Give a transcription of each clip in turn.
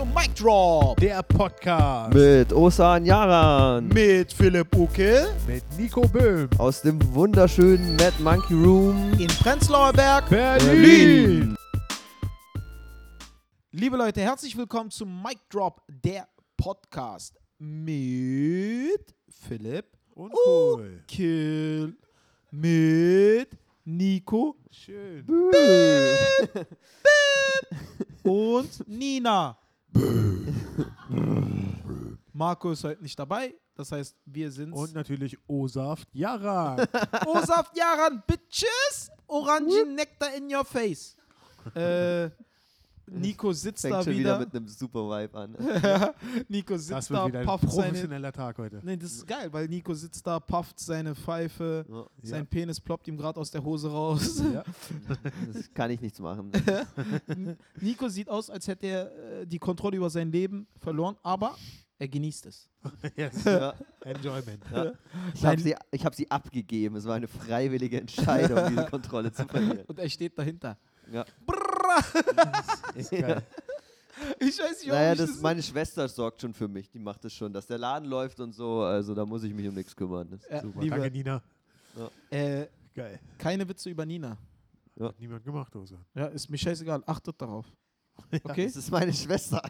um Mic Drop. Der Podcast Mit Osan Yaran. Mit Philipp Uke. mit Nico Böhm. Aus dem wunderschönen Mad Monkey Room. In Prenzlauer Berg, Berlin. Liebe Leute, herzlich willkommen zum Mic Drop, der Podcast. Mit Philipp Und cool. Uke. Mit Nico Schön. und Nina. Marco ist heute nicht dabei, das heißt, wir sind's. Und natürlich O-Saft Yaran. O-Saft Yaran, Bitches! Orangen Nektar in your face. Nico sitzt Fängt da schon wieder. wieder mit einem super Vibe an. Nico Das sitzt wird da, wieder ein pufft seine... professioneller Tag heute. Nee, das ist geil, weil Nico sitzt da, pufft seine Pfeife, Ja, sein Penis ploppt ihm gerade aus der Hose raus. Ja. das kann ich nichts machen. Nico sieht aus, als hätte er die Kontrolle über sein Leben verloren, aber er genießt es. Yes. Ja. Enjoyment. Ja. Ich hab sie abgegeben. Es war eine freiwillige Entscheidung, diese Kontrolle zu verlieren. Und er steht dahinter. Ja. Ist geil. Ich weiß nicht, Naja, ob ich meine Schwester sorgt schon für mich. Die macht es schon, dass der Laden läuft und so. Also da muss ich mich um nichts kümmern. Das Super. Liebe, Danke, Nina. Geil. keine Witze über Nina. Hat niemand gemacht, Osa. Ja, ist mir scheißegal. Achtet darauf. Okay? Das ist meine Schwester.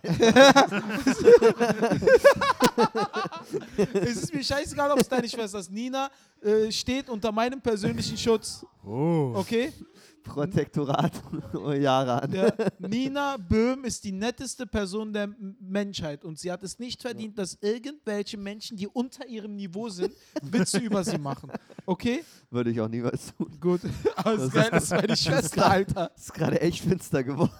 Es ist mir scheißegal, ob es deine Schwester ist. Nina steht unter meinem persönlichen Schutz. Oh. Okay? Protektorat Yaran. Ja, Nina Böhm ist die netteste Person der Menschheit und sie hat es nicht verdient, dass irgendwelche Menschen, die unter ihrem Niveau sind, Witze über sie machen. Okay? Würde ich auch niemals tun. Gut. Aber es ist geil, das ist meine Schwester, Alter. Es ist gerade echt finster geworden.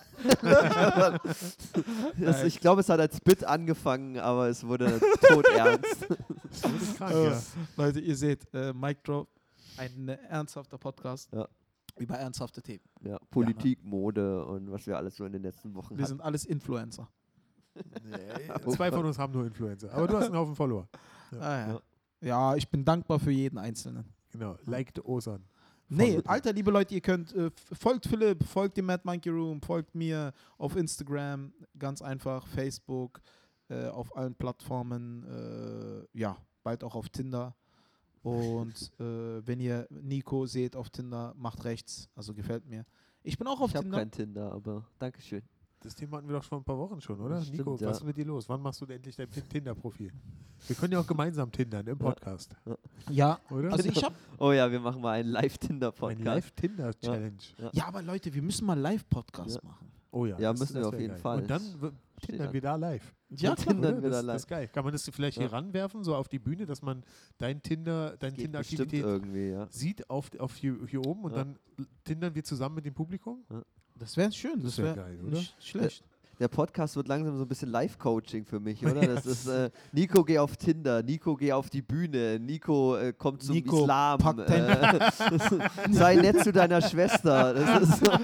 Ich glaube, es hat als Bit angefangen, aber es wurde todernst. Das wurde krank, ja. Leute, ihr seht, Mic Drop, ein ernsthafter Podcast Ja. über ernsthafte Themen. Ja, Politik, Mode und was wir alles so in den letzten Wochen Wir hatten. sind alles Influencer. Nee, 2 von uns haben nur Influencer. Aber du hast einen Haufen Follower. Ja, ich bin dankbar für jeden Einzelnen. Genau. Liked Osan. Nee, Alter, liebe Leute, ihr könnt, folgt Philipp, folgt dem Mad Monkey Room, folgt mir auf Instagram, ganz einfach, Facebook, auf allen Plattformen, bald auch auf Tinder. Und wenn ihr Nico seht auf Tinder, macht rechts, also gefällt mir. Ich bin auch auf Ich habe Tinder. kein Tinder, aber Dankeschön. Das Thema hatten wir doch schon ein paar Wochen schon, oder? Stimmt, Nico, ja. was ist mit dir los? Wann machst du denn endlich dein Tinder-Profil? Wir können ja auch gemeinsam tindern im Podcast. Ja, Oder? also ich habe... Oh ja, wir machen mal einen Ein Live-Tinder-Podcast. Live-Tinder-Challenge. Ja, aber Leute, wir müssen mal Live-Podcast Ja. machen. Oh ja. Ja, das- müssen wir das auf wär jeden geil. Fall. Und dann tindern wir da live. Ja, Dann klar. tindern Oder? wir da Das live. ist geil. Kann man das vielleicht Ja. hier ranwerfen, so auf die Bühne, dass man deine Geht bestimmt Tinder-Aktivität irgendwie, ja. sieht auf hier oben und Ja. dann tindern wir zusammen mit dem Publikum? Das wäre schön. Das wär geil, oder? Nicht schlecht. Der Podcast wird langsam so ein bisschen Live-Coaching für mich, oder? Das ist Nico, geh auf Tinder, Nico, geh auf die Bühne, Nico, komm zum Nico, Islam. pack dein- Sei nett zu deiner Schwester. Das ist so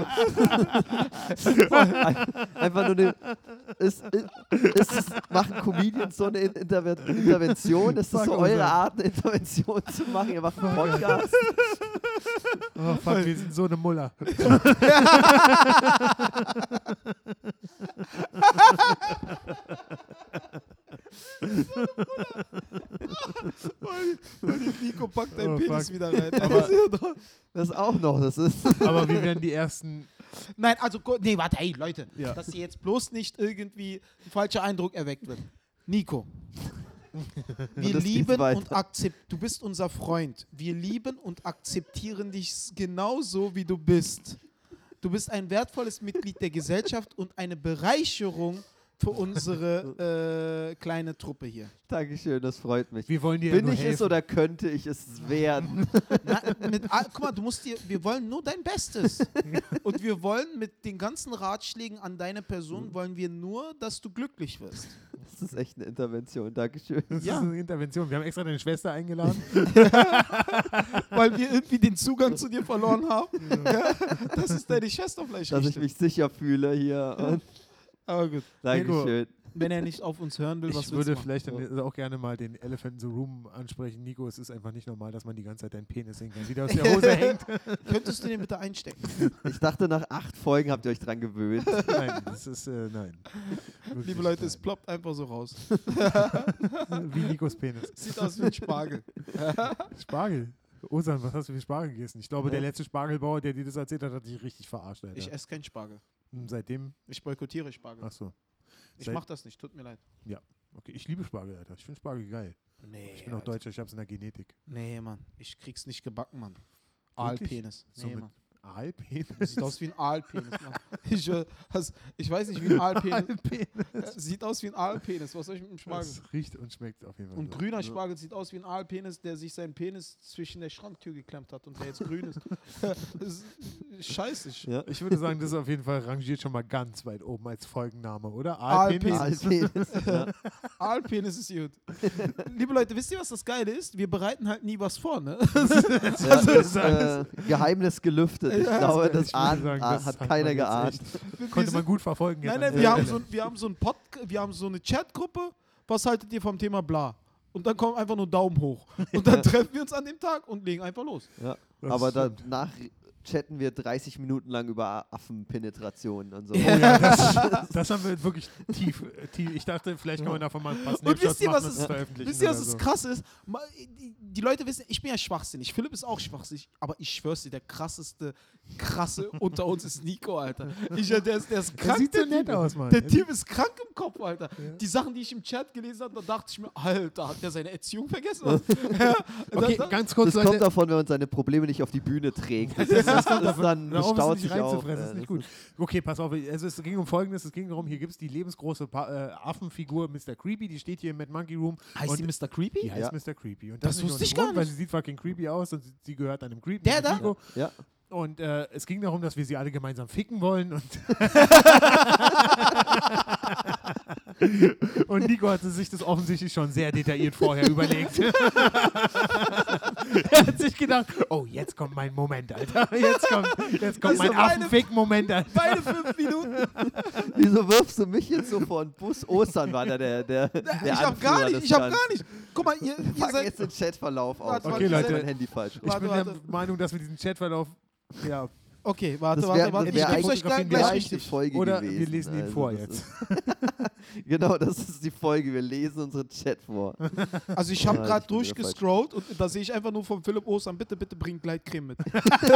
einfach nur eine. Machen Comedians so eine Intervention? Ist das so Fuck, eure Alter. Art, eine Intervention zu machen? Ihr macht einen Podcast? Oh fuck, wir sind so eine Muller. Nico packt deinen Oh, Penis fuck. wieder rein. Das auch noch. Das ist. Aber wir werden die ersten. Nein, also, nee, warte, hey, Leute, Ja. dass hier jetzt bloß nicht irgendwie ein falscher Eindruck erweckt wird. Nico, wir das geht lieben weiter. und akzeptieren, du bist unser Freund. Wir lieben und akzeptieren dich genauso, wie du bist. Du bist ein wertvolles Mitglied der Gesellschaft und eine Bereicherung für unsere kleine Truppe hier. Dankeschön, das freut mich. Wir wollen dir Bin nur ich es helfen. oder könnte ich es werden? Guck mal, wir wollen nur dein Bestes. Und wir wollen mit den ganzen Ratschlägen an deine Person, wollen wir nur, dass du glücklich wirst. Das ist echt eine Intervention. Dankeschön. Das Ja. ist eine Intervention. Wir haben extra deine Schwester eingeladen. Weil wir irgendwie den Zugang zu dir verloren haben. Ja. Das ist deine Schwester vielleicht Dass ich richtig. mich sicher fühle hier. Und Aber gut. Dankeschön. wenn er nicht auf uns hören will, was Ich willst du würde machen? vielleicht dann auch gerne mal den Elephant in the Room ansprechen. Nico, es ist einfach nicht normal, dass man die ganze Zeit deinen Penis sehen kann, wie der aus der Hose hängt. Könntest du den bitte einstecken? Ich dachte, nach 8 Folgen habt ihr euch dran gewöhnt. Nein, das ist, nein. Wirklich, Liebe Leute, nein. es ploppt einfach so raus. Wie Nikos Penis. Sieht aus wie ein Spargel. Spargel. Osan, was hast du für Spargel gegessen? Ich glaube, der letzte Spargelbauer, der dir das erzählt hat, hat dich richtig verarscht, Alter. Ich esse keinen Spargel. Seitdem, Ich boykottiere Spargel. ach so. Ich mach das nicht, tut mir leid. Okay, ich liebe Spargel, Alter. Ich finde Spargel geil. Nee, Ich bin auch Deutscher, ich hab's in der Genetik. Nee, Mann. Ich krieg's nicht gebacken, Mann. Wirklich? Aalpenis. So Nee, mit Mann. Aalpenis? Sieht aus wie ein Aalpenis, Mann. Ich weiß nicht, wie ein Aalpenis. Sieht aus wie ein Aalpenis. Was soll ich mit dem Spargel? Das riecht und schmeckt auf jeden Fall. Und so. grüner Spargel sieht aus wie ein Aalpenis, der sich seinen Penis zwischen der Schranktür geklemmt hat und der jetzt grün ist. Das ist scheiße. Ja. Ich würde sagen, das ist auf jeden Fall rangiert schon mal ganz weit oben als Folgenname, oder? Aalpenis. Aalpenis. Ja. Aalpenis ist gut. Liebe Leute, wisst ihr, was das Geile ist? Wir bereiten halt nie was vor, ne? Ja, das Geheimnis gelüftet. Ich glaube, das Ich würde sagen, das hat hat keiner man jetzt geahnt. echt- Konnte man gut verfolgen. jetzt Nein, an nein, der wir Stelle. haben so eine Chatgruppe. Was haltet ihr vom Thema bla? Und dann kommt einfach nur Daumen hoch. Und dann treffen wir uns an dem Tag und legen einfach los. Ja. Das Aber stimmt. danach chatten wir 30 Minuten lang über Affenpenetrationen und so. Oh ja, das haben wir wirklich tief. Ich dachte, vielleicht kann man davon mal ein paar Und Snapshots wisst ihr, machen was und ist, es veröffentlichen. wisst ihr, was oder das so. krass ist? Die Leute wissen, ich bin ja schwachsinnig. Philipp ist auch schwachsinnig. Aber ich schwör's dir, der krasse unter uns ist Nico, Alter. Der ist Der krank. sieht so der nett Typ. aus, Mann. Der Typ ist krank im Kopf, Alter. Ja. Die Sachen, die ich im Chat gelesen habe, da dachte ich mir, Alter, hat der seine Erziehung vergessen? Ja, Okay, ganz kurz, Das kommt Leute. davon, wenn man seine Probleme nicht auf die Bühne trägt. Das ist dann Hör auf, es bestaut nicht sich auf. reinzufressen, das ist nicht gut. Okay, pass auf. Also es ging um Folgendes. Es ging darum, hier gibt es die lebensgroße Affenfigur Mr. Creepy. Die steht hier im Mad Monkey Room. heißt und die Mr. Creepy? Die heißt Ja. Mr. Creepy. Und Das ist nicht wusste ohne ich gar Grund, Weil nicht. sie sieht fucking creepy aus und sie gehört einem Creepy. Der nämlich da? Nico. Ja. Und es ging darum, dass wir sie alle gemeinsam ficken wollen. Und Nico hatte sich das offensichtlich schon sehr detailliert vorher überlegt. Er hat sich gedacht, oh, jetzt kommt mein Moment, Alter. Jetzt kommt Also mein meine- Affenfick-Moment, Alter. Beide 5 Minuten. Wieso wirfst du mich jetzt so vor den Bus? Osan war da der Ich hab Anführer gar nicht. des Ich hab Ganzen. gar nicht. Guck mal, ihr Fuck seid. jetzt den Chatverlauf auf. Warte, Okay, Ich hab Leute. mein Handy falsch rum. Ich Warte, bin der warte. Meinung, dass wir diesen Chatverlauf, ja, Okay, warte. Das wär Ich geb's eigentlich- euch gleich Wäre gleich eigentlich die richtig. Folge oder gewesen. wir lesen ihn vor das jetzt. ist- Genau, das ist die Folge. Wir lesen unseren Chat vor. Also ich habe Ja, gerade ich bin wieder durchgescrollt und da sehe ich einfach nur von Philipp Ostern, bitte bring Gleitcreme mit.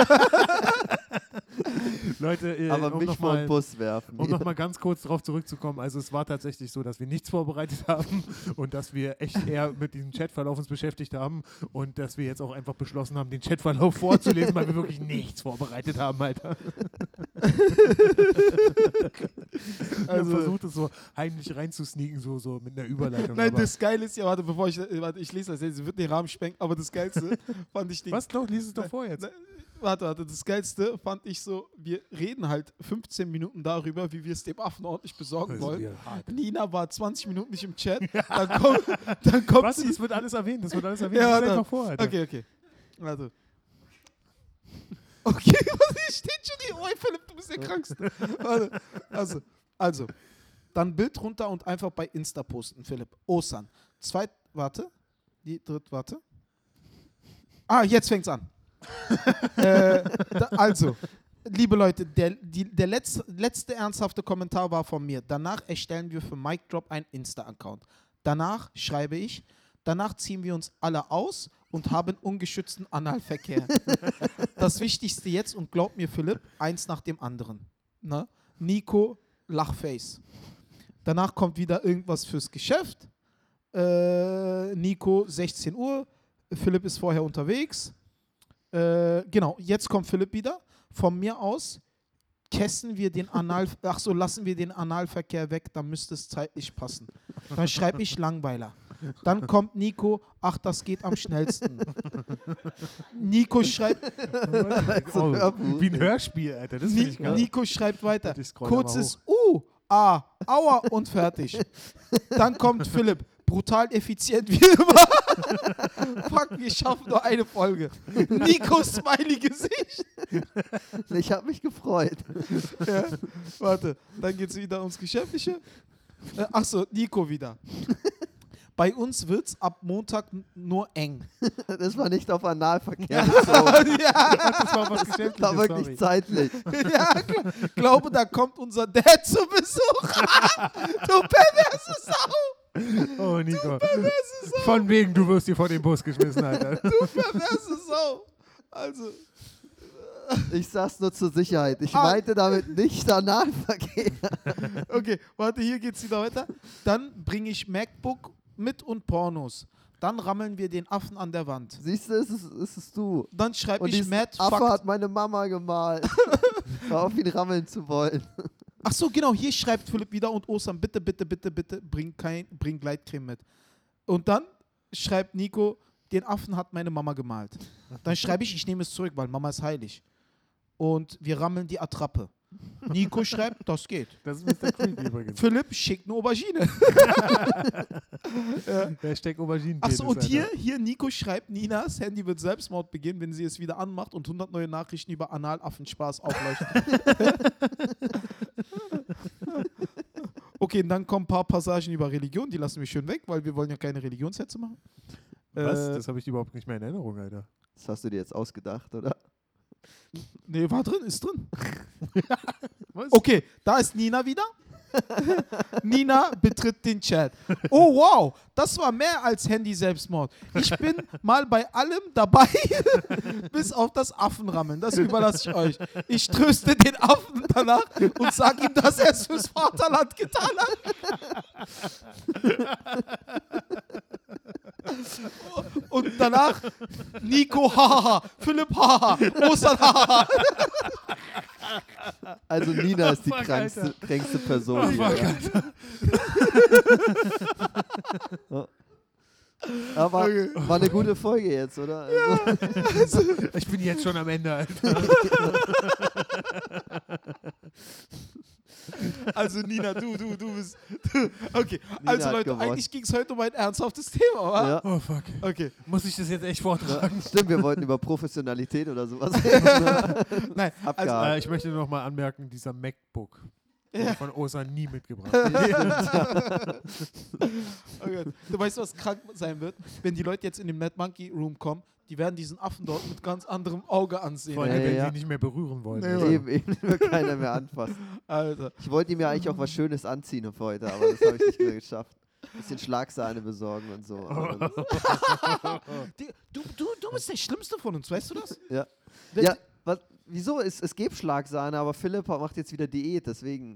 Leute, Aber um mich noch vor den mal- Bus werfen. Um nochmal ganz kurz darauf zurückzukommen, also es war tatsächlich so, dass wir nichts vorbereitet haben und dass wir echt eher mit diesem Chatverlauf uns beschäftigt haben und dass wir jetzt auch einfach beschlossen haben, den Chatverlauf vorzulesen, weil wir wirklich nichts vorbereitet haben, Alter. Also versucht es so heimlich reinzusneaken, so mit einer Überleitung. Nein, aber das Geile ist ja, warte, ich lese das jetzt, es wird den Rahmen sprengen, aber das Geilste fand ich was? Doch, lies es doch vor jetzt. Warte, das Geilste fand ich so, wir reden halt 15 Minuten darüber, wie wir es dem Affen ordentlich besorgen Also, wollen. ja, hart. Nina war 20 Minuten nicht im Chat, dann kommt Was? sie. Das wird alles erwähnt, Ja, Lies warte. einfach vor, Alter. Okay. Warte. Okay, was hier steht schon hier? Oh, Philipp, du bist der Krankste. Warte. Also, dann Bild runter und einfach bei Insta posten, Philipp. Osan. Warte. Warte. Jetzt fängt's an. Also, liebe Leute, der letzte ernsthafte Kommentar war von mir. Danach erstellen wir für Mic Drop einen Insta-Account. Danach schreibe ich, danach ziehen wir uns alle aus und haben ungeschützten Analverkehr. Das Wichtigste jetzt, und glaub mir, Philipp, eins nach dem anderen. Ne? Nico, Lachface. Danach kommt wieder irgendwas fürs Geschäft. Nico, 16 Uhr. Philipp ist vorher unterwegs. Genau, jetzt kommt Philipp wieder. Von mir aus lassen wir den Analverkehr weg, dann müsste es zeitlich passen. Dann schreibe ich Langweiler. Dann kommt Nico, ach, das geht am schnellsten. Nico schreibt Oh, wie ein Hörspiel, Alter. Das finde ich geil. Nico schreibt weiter. Ich scroll Kurzes A, Aua und fertig. Dann kommt Philipp. Brutal effizient wie immer. Fuck, wir schaffen nur eine Folge. Nico Smiley Gesicht. Ich habe mich gefreut. Ja, warte, dann geht es wieder ums Geschäftliche. Achso, Nico wieder. Bei uns wird's ab Montag nur eng. Das war nicht auf Analverkehr Ja. bezogen. Ja, Das war was Das Geschäftliches, war wirklich sorry. zeitlich. ja, glaube, da kommt unser Dad zu Besuch. Du perverse Sau. Oh, Nico. Perverse Sau. Von wegen, du wirst hier vor den Bus geschmissen, Alter. Du perverse Sau. Also, Ich sag's nur zur Sicherheit. Ich meinte damit nicht Analverkehr. okay, warte, hier geht's wieder weiter. Dann bringe ich MacBook mit und Pornos. Dann rammeln wir den Affen an der Wand. Siehst du, ist es du. Dann schreibe Und ich diesen Matt Affe Fakt. hat meine Mama gemalt. War auf ihn rammeln zu wollen. Ach so, genau, hier schreibt Philipp wieder und Ostern, bitte, bitte, bitte, bitte, bring Gleitcreme mit. Und dann schreibt Nico, den Affen hat meine Mama gemalt. Dann schreibe ich nehme es zurück, weil Mama ist heilig. Und wir rammeln die Attrappe. Nico schreibt, das geht. Das ist Mr. Creepy übrigens. Philipp schickt eine Aubergine. Hashtag Auberginen. Achso, und hier Nico schreibt, Ninas Handy wird Selbstmord begehen, wenn sie es wieder anmacht und 100 neue Nachrichten über Analaffenspaß aufleuchten. Okay, und dann kommen ein paar Passagen über Religion, die lassen wir schön weg, weil wir wollen ja keine Religionshetze machen. Was? Das habe ich überhaupt nicht mehr in Erinnerung, Alter. Das hast du dir jetzt ausgedacht, oder? Nee, war drin, ist drin. Was? Okay, da ist Nina wieder. Nina betritt den Chat. Oh wow, das war mehr als Handy-Selbstmord. Ich bin mal bei allem dabei, bis auf das Affenrammeln. Das überlasse ich euch. Ich tröste den Affen danach und sage ihm, dass er es fürs Vaterland getan hat. Und danach Nico, hahaha, Philipp, hahaha, Ostern, hahaha. Also Nina ist die fuck, kränkste Person. Oh, hier, fuck, oder? Aber Okay. war eine gute Folge jetzt, oder? Also, Ich bin jetzt schon am Ende, Alter. Also Nina, du bist... Okay, Nina also hat Leute, gewonnen. eigentlich ging es heute um ein ernsthaftes Thema, wa? ja. Oh, fuck. Okay, Muss ich das jetzt echt vortragen? Stimmt, wir wollten über Professionalität oder sowas reden. nein, Abgehakt. Ich möchte noch mal anmerken, dieser MacBook wurde von Osa nie mitgebracht. oh Gott. Du weißt, was krank sein wird? Wenn die Leute jetzt in den Mad Monkey Room kommen, die werden diesen Affen dort mit ganz anderem Auge ansehen. Vor allem, Ja, wenn ja. sie nicht mehr berühren wollen. Nee, Also, Eben wird keiner mehr anfassen. Alter. Ich wollte ihm ja eigentlich auch was Schönes anziehen für heute, aber das habe ich nicht mehr geschafft. Bisschen Schlagsahne besorgen und so. Aber das, Du bist der Schlimmste von uns, weißt du das? ja. Das- Ja, wieso? Es gibt Schlagsahne, aber Philipp macht jetzt wieder Diät, deswegen.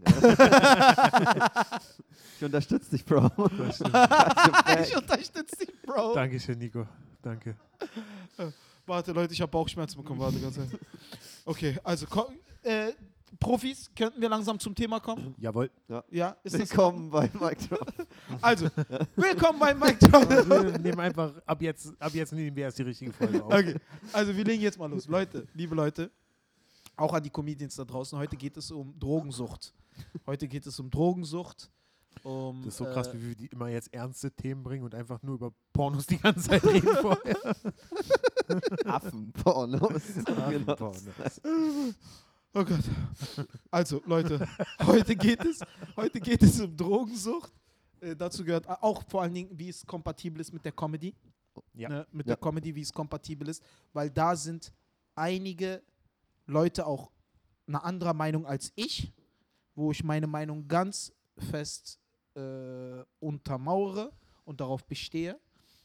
Ich unterstütze dich, Bro. Ich unterstütze dich, Bro. Dankeschön, Nico. Danke. Warte, Leute, ich habe Bauchschmerzen bekommen. Warte, ganz ehrlich. Okay, also Profis, könnten wir langsam zum Thema kommen? Jawohl. Ja, ist das Willkommen bei Mike Drop. Also, willkommen bei Mike Drop. Wir nehmen einfach, ab jetzt nehmen wir erst die richtige Folge auf. Okay, also wir legen jetzt mal los. Leute, liebe Leute, auch an die Comedians da draußen, heute geht es um Drogensucht. Heute geht es um Drogensucht. Das ist so krass, wie wir die immer jetzt ernste Themen bringen und einfach nur über Pornos die ganze Zeit reden vorher. Affenpornos. Genau. Pornos. Oh Gott. Also, Leute, heute geht es um Drogensucht. Dazu gehört auch vor allen Dingen, wie es kompatibel ist mit der Comedy. Ja. Ne? Mit Ja. der Comedy, wie es kompatibel ist. Weil da sind einige Leute auch eine andere Meinung als ich, wo ich meine Meinung ganz fest untermauere und darauf bestehe.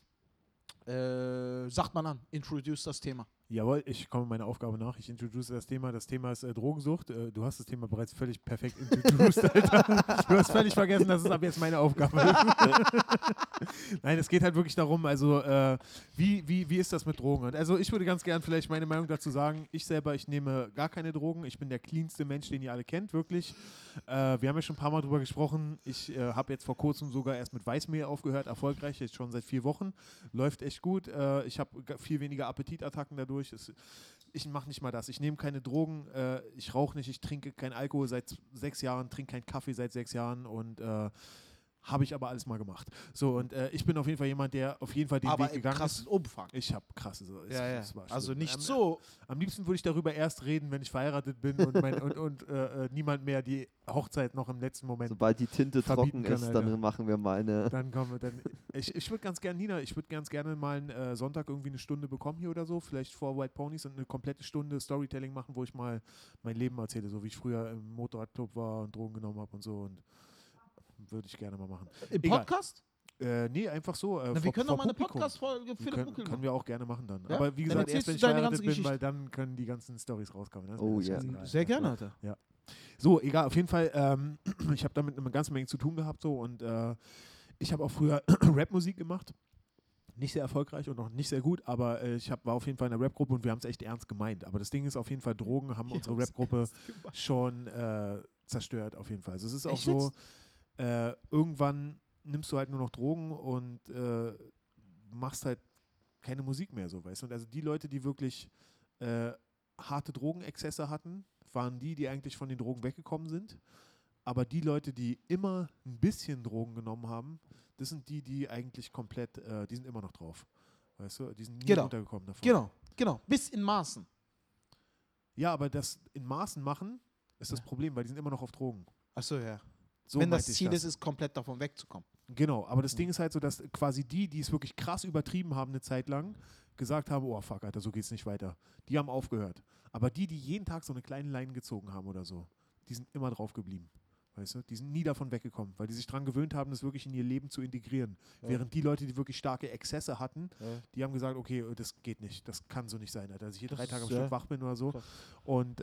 Sagt man an, introduce das Thema. Jawohl, ich komme meiner Aufgabe nach. Ich introduce das Thema. Das Thema ist Drogensucht. Du hast das Thema bereits völlig perfekt introduced, Alter. Du hast völlig vergessen, dass es ab jetzt meine Aufgabe ist. Nein, es geht halt wirklich darum, also wie ist das mit Drogen? Also ich würde ganz gern vielleicht meine Meinung dazu sagen. Ich nehme gar keine Drogen. Ich bin der cleanste Mensch, den ihr alle kennt, wirklich. Wir haben ja schon ein paar Mal drüber gesprochen. Ich habe jetzt vor kurzem sogar erst mit Weißmehl aufgehört, erfolgreich, jetzt schon seit 4 Wochen. Läuft echt gut. Ich habe viel weniger Appetitattacken dadurch. Ich mache nicht mal das. Ich nehme keine Drogen, ich rauche nicht, ich trinke keinen Alkohol seit 6 Jahren, trinke keinen Kaffee seit 6 Jahren und Habe ich aber alles mal gemacht. So, und ich bin auf jeden Fall jemand, der auf jeden Fall den Aber Weg im gegangen krassen ist. Umfang. Ich habe krasse. So, es war Also schlimm. nicht so. Am liebsten würde ich darüber erst reden, wenn ich verheiratet bin und niemand mehr die Hochzeit noch im letzten Moment. Sobald die Tinte verbieten trocken kann, ist, Alter. dann machen wir mal eine. Dann kommen wir dann. Ich würde ganz gerne, Nina, ich würde ganz gerne mal einen Sonntag irgendwie eine Stunde bekommen hier oder so, vielleicht vor White Ponies und eine komplette Stunde Storytelling machen, wo ich mal mein Leben erzähle, so wie ich früher im Motorradclub war und Drogen genommen habe und so, und würde ich gerne mal machen. Im Egal. Podcast? Nee, einfach so. Na, wir können doch mal eine Podcast-Folge für den Buckel Können machen. wir auch gerne machen dann. Ja? Aber wie Dann gesagt, erzählst erst wenn ich du deine verheiratet ganze bin, Geschichte. weil dann können die ganzen Storys rauskommen. Das ist Oh, mir ja. scheißegal. Sehr gerne, Alter. So, egal, auf jeden Fall, ich habe damit eine ganze Menge zu tun gehabt so, und ich habe auch früher Rapmusik gemacht. Nicht sehr erfolgreich und noch nicht sehr gut, aber war auf jeden Fall in einer Rapgruppe und wir haben es echt ernst gemeint. Aber das Ding ist auf jeden Fall, Drogen haben unsere Rapgruppe schon zerstört, auf jeden Fall. Also es ist auch Echt so, irgendwann nimmst du halt nur noch Drogen und machst halt keine Musik mehr, so, weißt du. Und also die Leute, die wirklich harte Drogenexzesse hatten, waren die eigentlich von den Drogen weggekommen sind. Aber die Leute, die immer ein bisschen Drogen genommen haben, das sind die eigentlich komplett, die sind immer noch drauf. Weißt du, die sind nie Genau. runtergekommen davon. Genau. Bis in Maßen. Ja, aber das in Maßen machen, ist das Problem, weil die sind immer noch auf Drogen. Achso, ja. So Wenn das meinte ich Ziel ist, komplett davon wegzukommen. Genau, aber das Ding ist halt so, dass quasi die es wirklich krass übertrieben haben eine Zeit lang, gesagt haben, oh fuck, Alter, so geht's nicht weiter. Die haben aufgehört. Aber die jeden Tag so eine kleine Leine gezogen haben oder so, die sind immer drauf geblieben. Weißt du? Die sind nie davon weggekommen, weil die sich daran gewöhnt haben, das wirklich in ihr Leben zu integrieren. Ja. Während die Leute, die wirklich starke Exzesse hatten, Ja. die haben gesagt, okay, das geht nicht, das kann so nicht sein, Alter, dass ich hier Das 3 Tage am ist, Stück wach bin oder so. krass. Und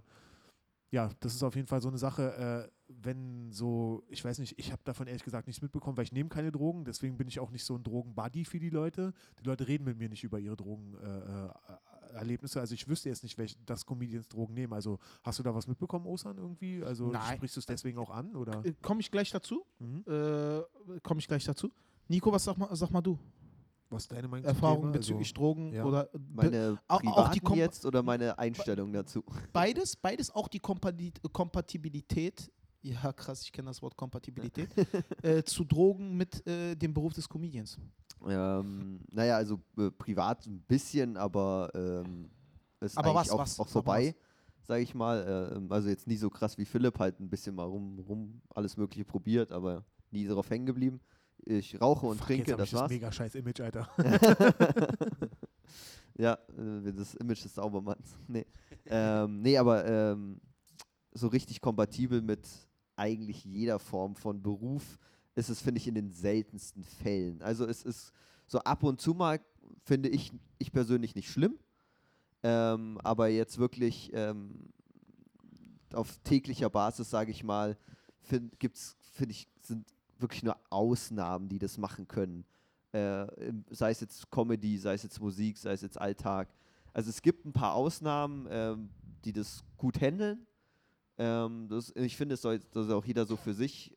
ja, das ist auf jeden Fall so eine Sache, wenn so, ich weiß nicht, ich habe davon ehrlich gesagt nichts mitbekommen, weil ich nehme keine Drogen, deswegen bin ich auch nicht so ein Drogen-Buddy für die Leute. Die Leute reden mit mir nicht über ihre Drogenerlebnisse, also ich wüsste jetzt nicht, dass Comedians Drogen nehmen. Also hast du da was mitbekommen, Osan, irgendwie? Also Nein. sprichst du es deswegen auch an, oder? Komme ich gleich dazu? Mhm. Nico, was sag mal du? Was ist deine Meinung zum Erfahrungen Thema? bezüglich Drogen ja. oder Meine auch die privaten jetzt oder meine Einstellung dazu? beides, auch die Kompatibilität, ja krass, ich kenne das Wort Kompatibilität, zu Drogen mit dem Beruf des Comedians. Naja, also privat ein bisschen, aber ist Aber eigentlich was? auch Aber vorbei, sage ich mal. Also jetzt nie so krass wie Philipp, halt ein bisschen mal rum alles Mögliche probiert, aber nie darauf hängen geblieben. Ich rauche und Fuck, trinke, jetzt hab ich das war's. mega scheiß Image, Alter. Ja, das Image des Saubermanns. Nee, aber so richtig kompatibel mit eigentlich jeder Form von Beruf ist es, finde ich, in den seltensten Fällen. Also es ist so ab und zu mal, finde ich persönlich nicht schlimm, aber jetzt wirklich auf täglicher Basis, sage ich mal, finde ich, sind wirklich nur Ausnahmen, die das machen können. Sei es jetzt Comedy, sei es jetzt Musik, sei es jetzt Alltag. Also es gibt ein paar Ausnahmen, die das gut handeln. Ich finde, das soll auch jeder so für sich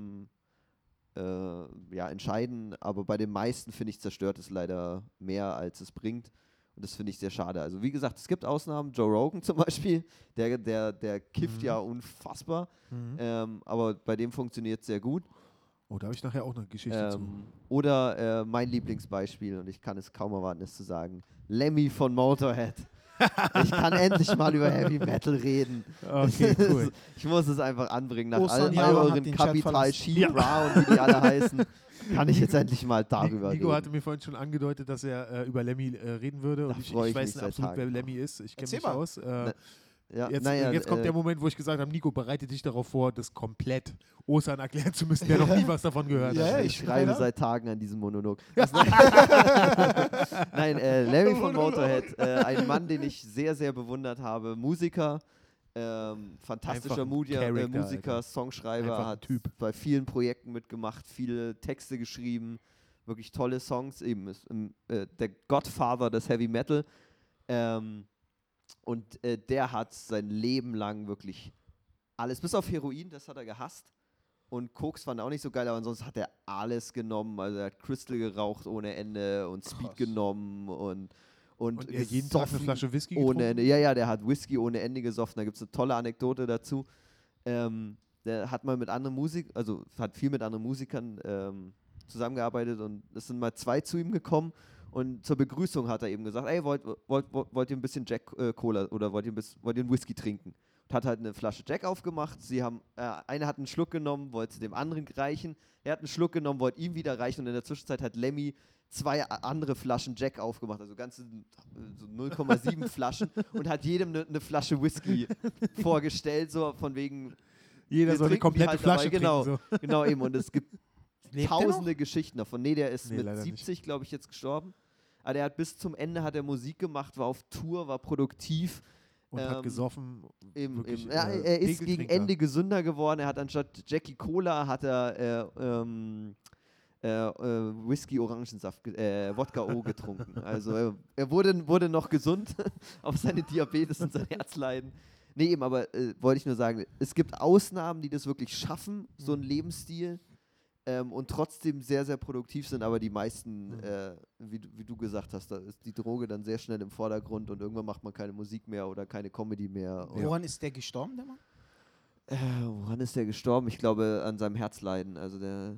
entscheiden, aber bei den meisten, finde ich, zerstört es leider mehr, als es bringt. Und das finde ich sehr schade. Also wie gesagt, es gibt Ausnahmen, Joe Rogan zum Beispiel, der kifft ja unfassbar, aber bei dem funktioniert es sehr gut. Oh, da habe ich nachher auch eine Geschichte zu. Oder mein Lieblingsbeispiel, und ich kann es kaum erwarten, es zu sagen, Lemmy von Motorhead. Ich kann endlich mal über Heavy Metal reden. Okay, cool. Ich muss es einfach anbringen. Nach Osan all Yaman hat euren den Chat Capital verlassen. Sheep Brown, wie die alle heißen, kann ich jetzt endlich mal darüber Nico reden. hatte mir vorhin schon angedeutet, dass er über Lemmy reden würde. Da Und ich freu ich weiß mich seit absolut, wer Tagen Lemmy ist. Ich kenne Erzähl mich mal. aus. Ja, Jetzt kommt der Moment, wo ich gesagt habe, Nico, bereite dich darauf vor, das komplett Osan erklären zu müssen, der noch nie was davon gehört Ja, hat. ja, ich schreibe leider. seit Tagen an diesem Monolog. Nein, Lemmy von Motorhead, ein Mann, den ich sehr, sehr bewundert habe. Musiker, fantastischer Einfach ein Character, Musiker, Alter. Songschreiber, Einfach ein hat Typ. bei vielen Projekten mitgemacht, viele Texte geschrieben, wirklich tolle Songs, eben ist der Godfather des Heavy Metal. Und der hat sein Leben lang wirklich alles, bis auf Heroin, das hat er gehasst. Und Koks fand er auch nicht so geil, aber ansonsten hat er alles genommen. Also er hat Crystal geraucht ohne Ende und Speed Krass. genommen und er jeden Tag eine gesoffen Flasche Whisky ohne getrunken? Ende. Ja, der hat Whisky ohne Ende gesoffen. Da gibt es eine tolle Anekdote dazu. der hat mal mit anderen also hat viel mit anderen Musikern zusammengearbeitet und es sind mal 2 zu ihm gekommen und zur Begrüßung hat er eben gesagt, ey, wollt ihr ein bisschen Jack Cola oder wollt ihr einen Whisky trinken? Und hat halt eine Flasche Jack aufgemacht, einer hat einen Schluck genommen, wollte es dem anderen reichen, er hat einen Schluck genommen, wollte ihm wieder reichen und in der Zwischenzeit hat Lemmy 2 andere Flaschen Jack aufgemacht, also ganze so 0,7 Flaschen und hat jedem eine Flasche Whisky vorgestellt, so von wegen, Jeder wir soll eine trinken die komplette halt Flasche dabei, trinken. So. Genau eben und es gibt Lebt der tausende Geschichten davon. Nee, der ist Nee, mit leider 70, glaube ich, jetzt gestorben. Aber der hat bis zum Ende hat er Musik gemacht, war auf Tour, war produktiv. Und hat gesoffen. Wirklich, Ja, er ist gegen Pegeltrinker. Ende gesünder geworden. Er hat anstatt Jackie Cola hat er Whisky Orangensaft, Wodka O getrunken. Also er wurde noch gesund auf seine Diabetes und sein Herzleiden. Nee, eben, aber wollte ich nur sagen, es gibt Ausnahmen, die das wirklich schaffen, so einen Lebensstil, und trotzdem sehr, sehr produktiv sind, aber die meisten, wie du gesagt hast, da ist die Droge dann sehr schnell im Vordergrund und irgendwann macht man keine Musik mehr oder keine Comedy mehr. Woran ist der gestorben, der Mann? Woran ist der gestorben? Ich glaube an seinem Herzleiden. Also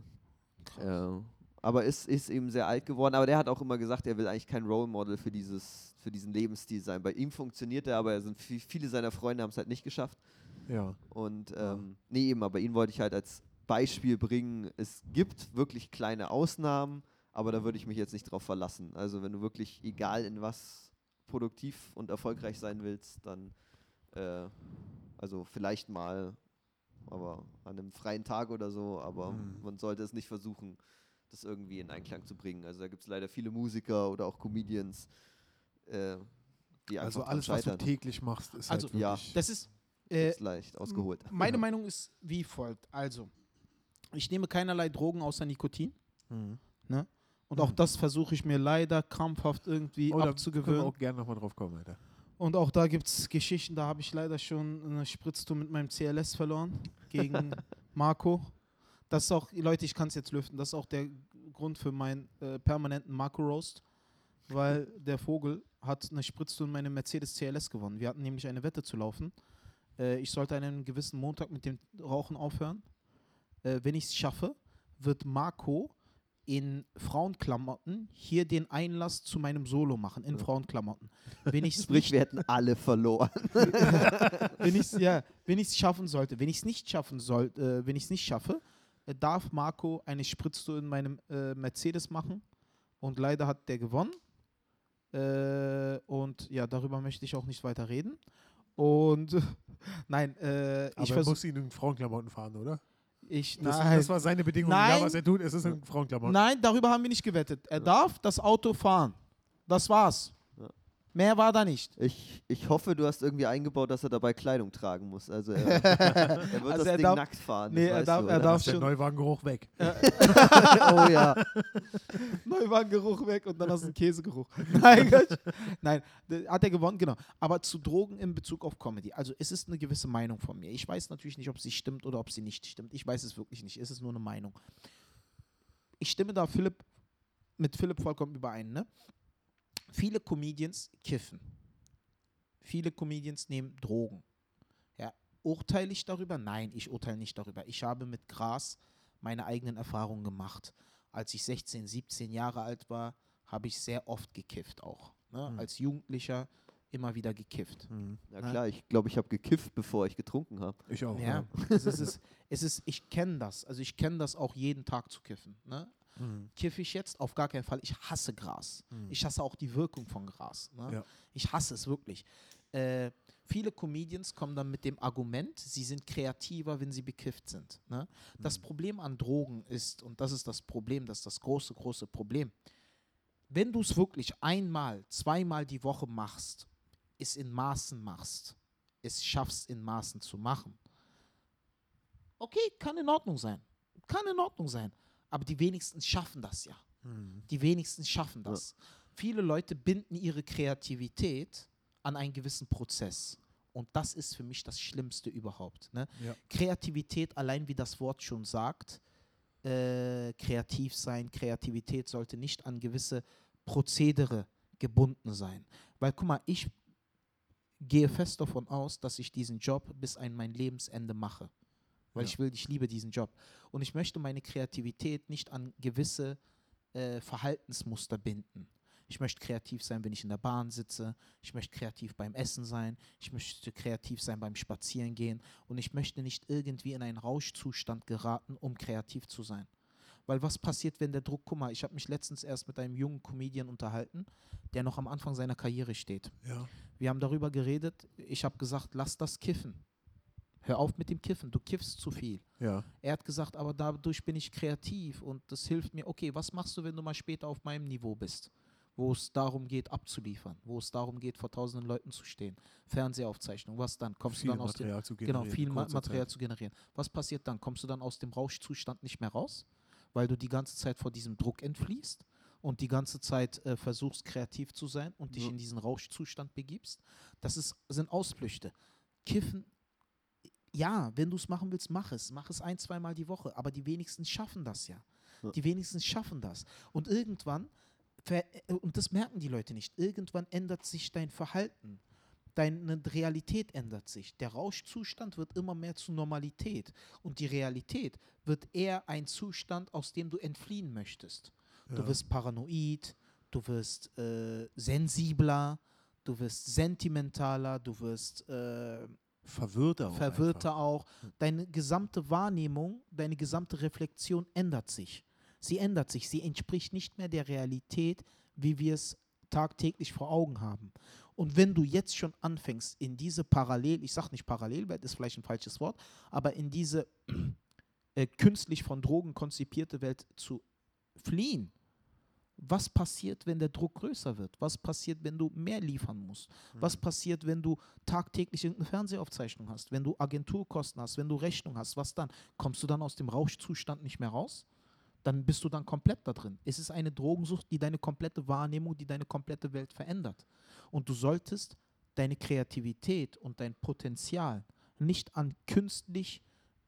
aber ist eben sehr alt geworden. Aber der hat auch immer gesagt, er will eigentlich kein Role Model für diesen Lebensstil sein. Bei ihm funktioniert er, aber viele seiner Freunde haben es halt nicht geschafft. Ja. Und nee, eben, aber ihn wollte ich halt als Beispiel bringen. Es gibt wirklich kleine Ausnahmen, aber da würde ich mich jetzt nicht drauf verlassen. Also wenn du wirklich, egal in was, produktiv und erfolgreich sein willst, dann also vielleicht mal, aber an einem freien Tag oder so, aber man sollte es nicht versuchen, das irgendwie in Einklang zu bringen. Also da gibt es leider viele Musiker oder auch Comedians, die einfach Also dran alles, was du scheitern. täglich machst, ist Also, halt wirklich... Das ist Ist leicht ausgeholt. meine Meinung ist wie folgt. Also, ich nehme keinerlei Drogen außer Nikotin. Ne? Und auch das versuche ich mir leider krampfhaft irgendwie Da können wir abzugewöhnen. auch gerne nochmal drauf kommen, Alter. Und auch da gibt es Geschichten, da habe ich leider schon eine Spritztour mit meinem CLS verloren gegen Marco. Das ist auch, Leute, ich kann es jetzt lüften, das ist auch der Grund für meinen permanenten Marco-Roast, weil der Vogel hat eine Spritztour in meinem Mercedes CLS gewonnen. Wir hatten nämlich eine Wette zu laufen. Ich sollte an einem gewissen Montag mit dem Rauchen aufhören. Wenn ich es schaffe, wird Marco in Frauenklamotten hier den Einlass zu meinem Solo machen, in Frauenklamotten. Wenn ich es Sprich, wir hätten alle verloren. wenn ich es schaffen sollte, wenn ich es nicht schaffe, darf Marco eine Spritztour in meinem Mercedes machen und leider hat der gewonnen. Und ja, darüber möchte ich auch nicht weiter reden. Und nein, Aber ich er versuche. muss ihn in Frauenklamotten fahren, oder? Nein, Das war seine Bedingung. Nein. Ja, was er tut, ist es in Frauenklamotten. nein, darüber haben wir nicht gewettet. Er darf das Auto fahren. Das war's. Ja. Mehr war da nicht. Ich hoffe, du hast irgendwie eingebaut, dass er dabei Kleidung tragen muss. Also er wird Also das er Ding darf- nackt fahren. Nee, das er weißt darf- du, er oder? darf- Ist der schon- Neuwagengeruch weg. Oh ja. Neuwagengeruch weg und dann hast du einen Käsegeruch. Nein, Quatsch. Nein, hat er gewonnen, genau. Aber zu Drogen in Bezug auf Comedy. Also es ist eine gewisse Meinung von mir. Ich weiß natürlich nicht, ob sie stimmt oder ob sie nicht stimmt. Ich weiß es wirklich nicht. Es ist nur eine Meinung. Ich stimme da mit Philipp vollkommen überein. Ne? Viele Comedians kiffen. Viele Comedians nehmen Drogen. Ja, urteile ich darüber? Nein, ich urteile nicht darüber. Ich habe mit Gras meine eigenen Erfahrungen gemacht. Als ich 16, 17 Jahre alt war, habe ich sehr oft gekifft auch. Ne? Als Jugendlicher immer wieder gekifft. Ja klar, ich glaube, ich habe gekifft, bevor ich getrunken habe. Ich auch. Ja, ich kenne das. Also ich kenne das auch jeden Tag zu kiffen. Ne? Kiffe ich jetzt? Auf gar keinen Fall. Ich hasse Gras. Ich hasse auch die Wirkung von Gras. Ne? Ja. Ich hasse es wirklich. Viele Comedians kommen dann mit dem Argument, sie sind kreativer, wenn sie bekifft sind. Ne? Das Problem an Drogen ist, und das ist das Problem, das ist das große, große Problem, wenn du es wirklich einmal, zweimal die Woche machst, es in Maßen machst, es schaffst in Maßen zu machen, okay, kann in Ordnung sein. Kann in Ordnung sein. Aber die wenigsten schaffen das ja. Die wenigsten schaffen das. Viele Leute binden ihre Kreativität an einen gewissen Prozess. Und das ist für mich das Schlimmste überhaupt. Ne? Ja. Kreativität, allein wie das Wort schon sagt, kreativ sein, Kreativität sollte nicht an gewisse Prozedere gebunden sein. Weil, guck mal, ich gehe fest davon aus, dass ich diesen Job bis an mein Lebensende mache. weil Ja. ich liebe diesen Job. Und ich möchte meine Kreativität nicht an gewisse Verhaltensmuster binden. Ich möchte kreativ sein, wenn ich in der Bahn sitze. Ich möchte kreativ beim Essen sein. Ich möchte kreativ sein beim Spazierengehen. Und ich möchte nicht irgendwie in einen Rauschzustand geraten, um kreativ zu sein. Weil was passiert, wenn der Druck, guck mal, ich habe mich letztens erst mit einem jungen Comedian unterhalten, der noch am Anfang seiner Karriere steht. Ja. Wir haben darüber geredet, ich habe gesagt, lass das kiffen. Hör auf mit dem Kiffen, du kiffst zu viel. Ja. Er hat gesagt, aber dadurch bin ich kreativ und das hilft mir. Okay, was machst du, wenn du mal später auf meinem Niveau bist? Wo es darum geht, abzuliefern, wo es darum geht, vor tausenden Leuten zu stehen. Fernsehaufzeichnung, was dann? Kommst Viel du dann aus dem Material zu generieren. Genau, viel in kurzer Material Zeit. zu generieren. Was passiert dann? Kommst du dann aus dem Rauschzustand nicht mehr raus, weil du die ganze Zeit vor diesem Druck entfliehst und die ganze Zeit versuchst, kreativ zu sein und dich Ja. in diesen Rauschzustand begibst? Sind Ausflüchte. Kiffen, ja, wenn du es machen willst, mach es. Mach es 1-, 2-mal die Woche. Aber die wenigsten schaffen das ja. Ja. Die wenigsten schaffen das. Und irgendwann, und das merken die Leute nicht, irgendwann ändert sich dein Verhalten. Deine Realität ändert sich. Der Rauschzustand wird immer mehr zur Normalität. Und die Realität wird eher ein Zustand, aus dem du entfliehen möchtest. Du Ja. wirst paranoid, du wirst sensibler, du wirst sentimentaler, du wirst Verwirrter auch. verwirrter auch. Deine gesamte Wahrnehmung, deine gesamte Reflexion ändert sich. Sie ändert sich. Sie entspricht nicht mehr der Realität, wie wir es tagtäglich vor Augen haben. Und wenn du jetzt schon anfängst, in diese ich sage nicht Parallelwelt, ist vielleicht ein falsches Wort, aber in diese künstlich von Drogen konzipierte Welt zu fliehen, was passiert, wenn der Druck größer wird? Was passiert, wenn du mehr liefern musst? Was passiert, wenn du tagtäglich irgendeine Fernsehaufzeichnung hast, wenn du Agenturkosten hast, wenn du Rechnung hast? Was dann? Kommst du dann aus dem Rauschzustand nicht mehr raus? Dann bist du dann komplett da drin. Es ist eine Drogensucht, die deine komplette Wahrnehmung, die deine komplette Welt verändert. Und du solltest deine Kreativität und dein Potenzial nicht an künstlich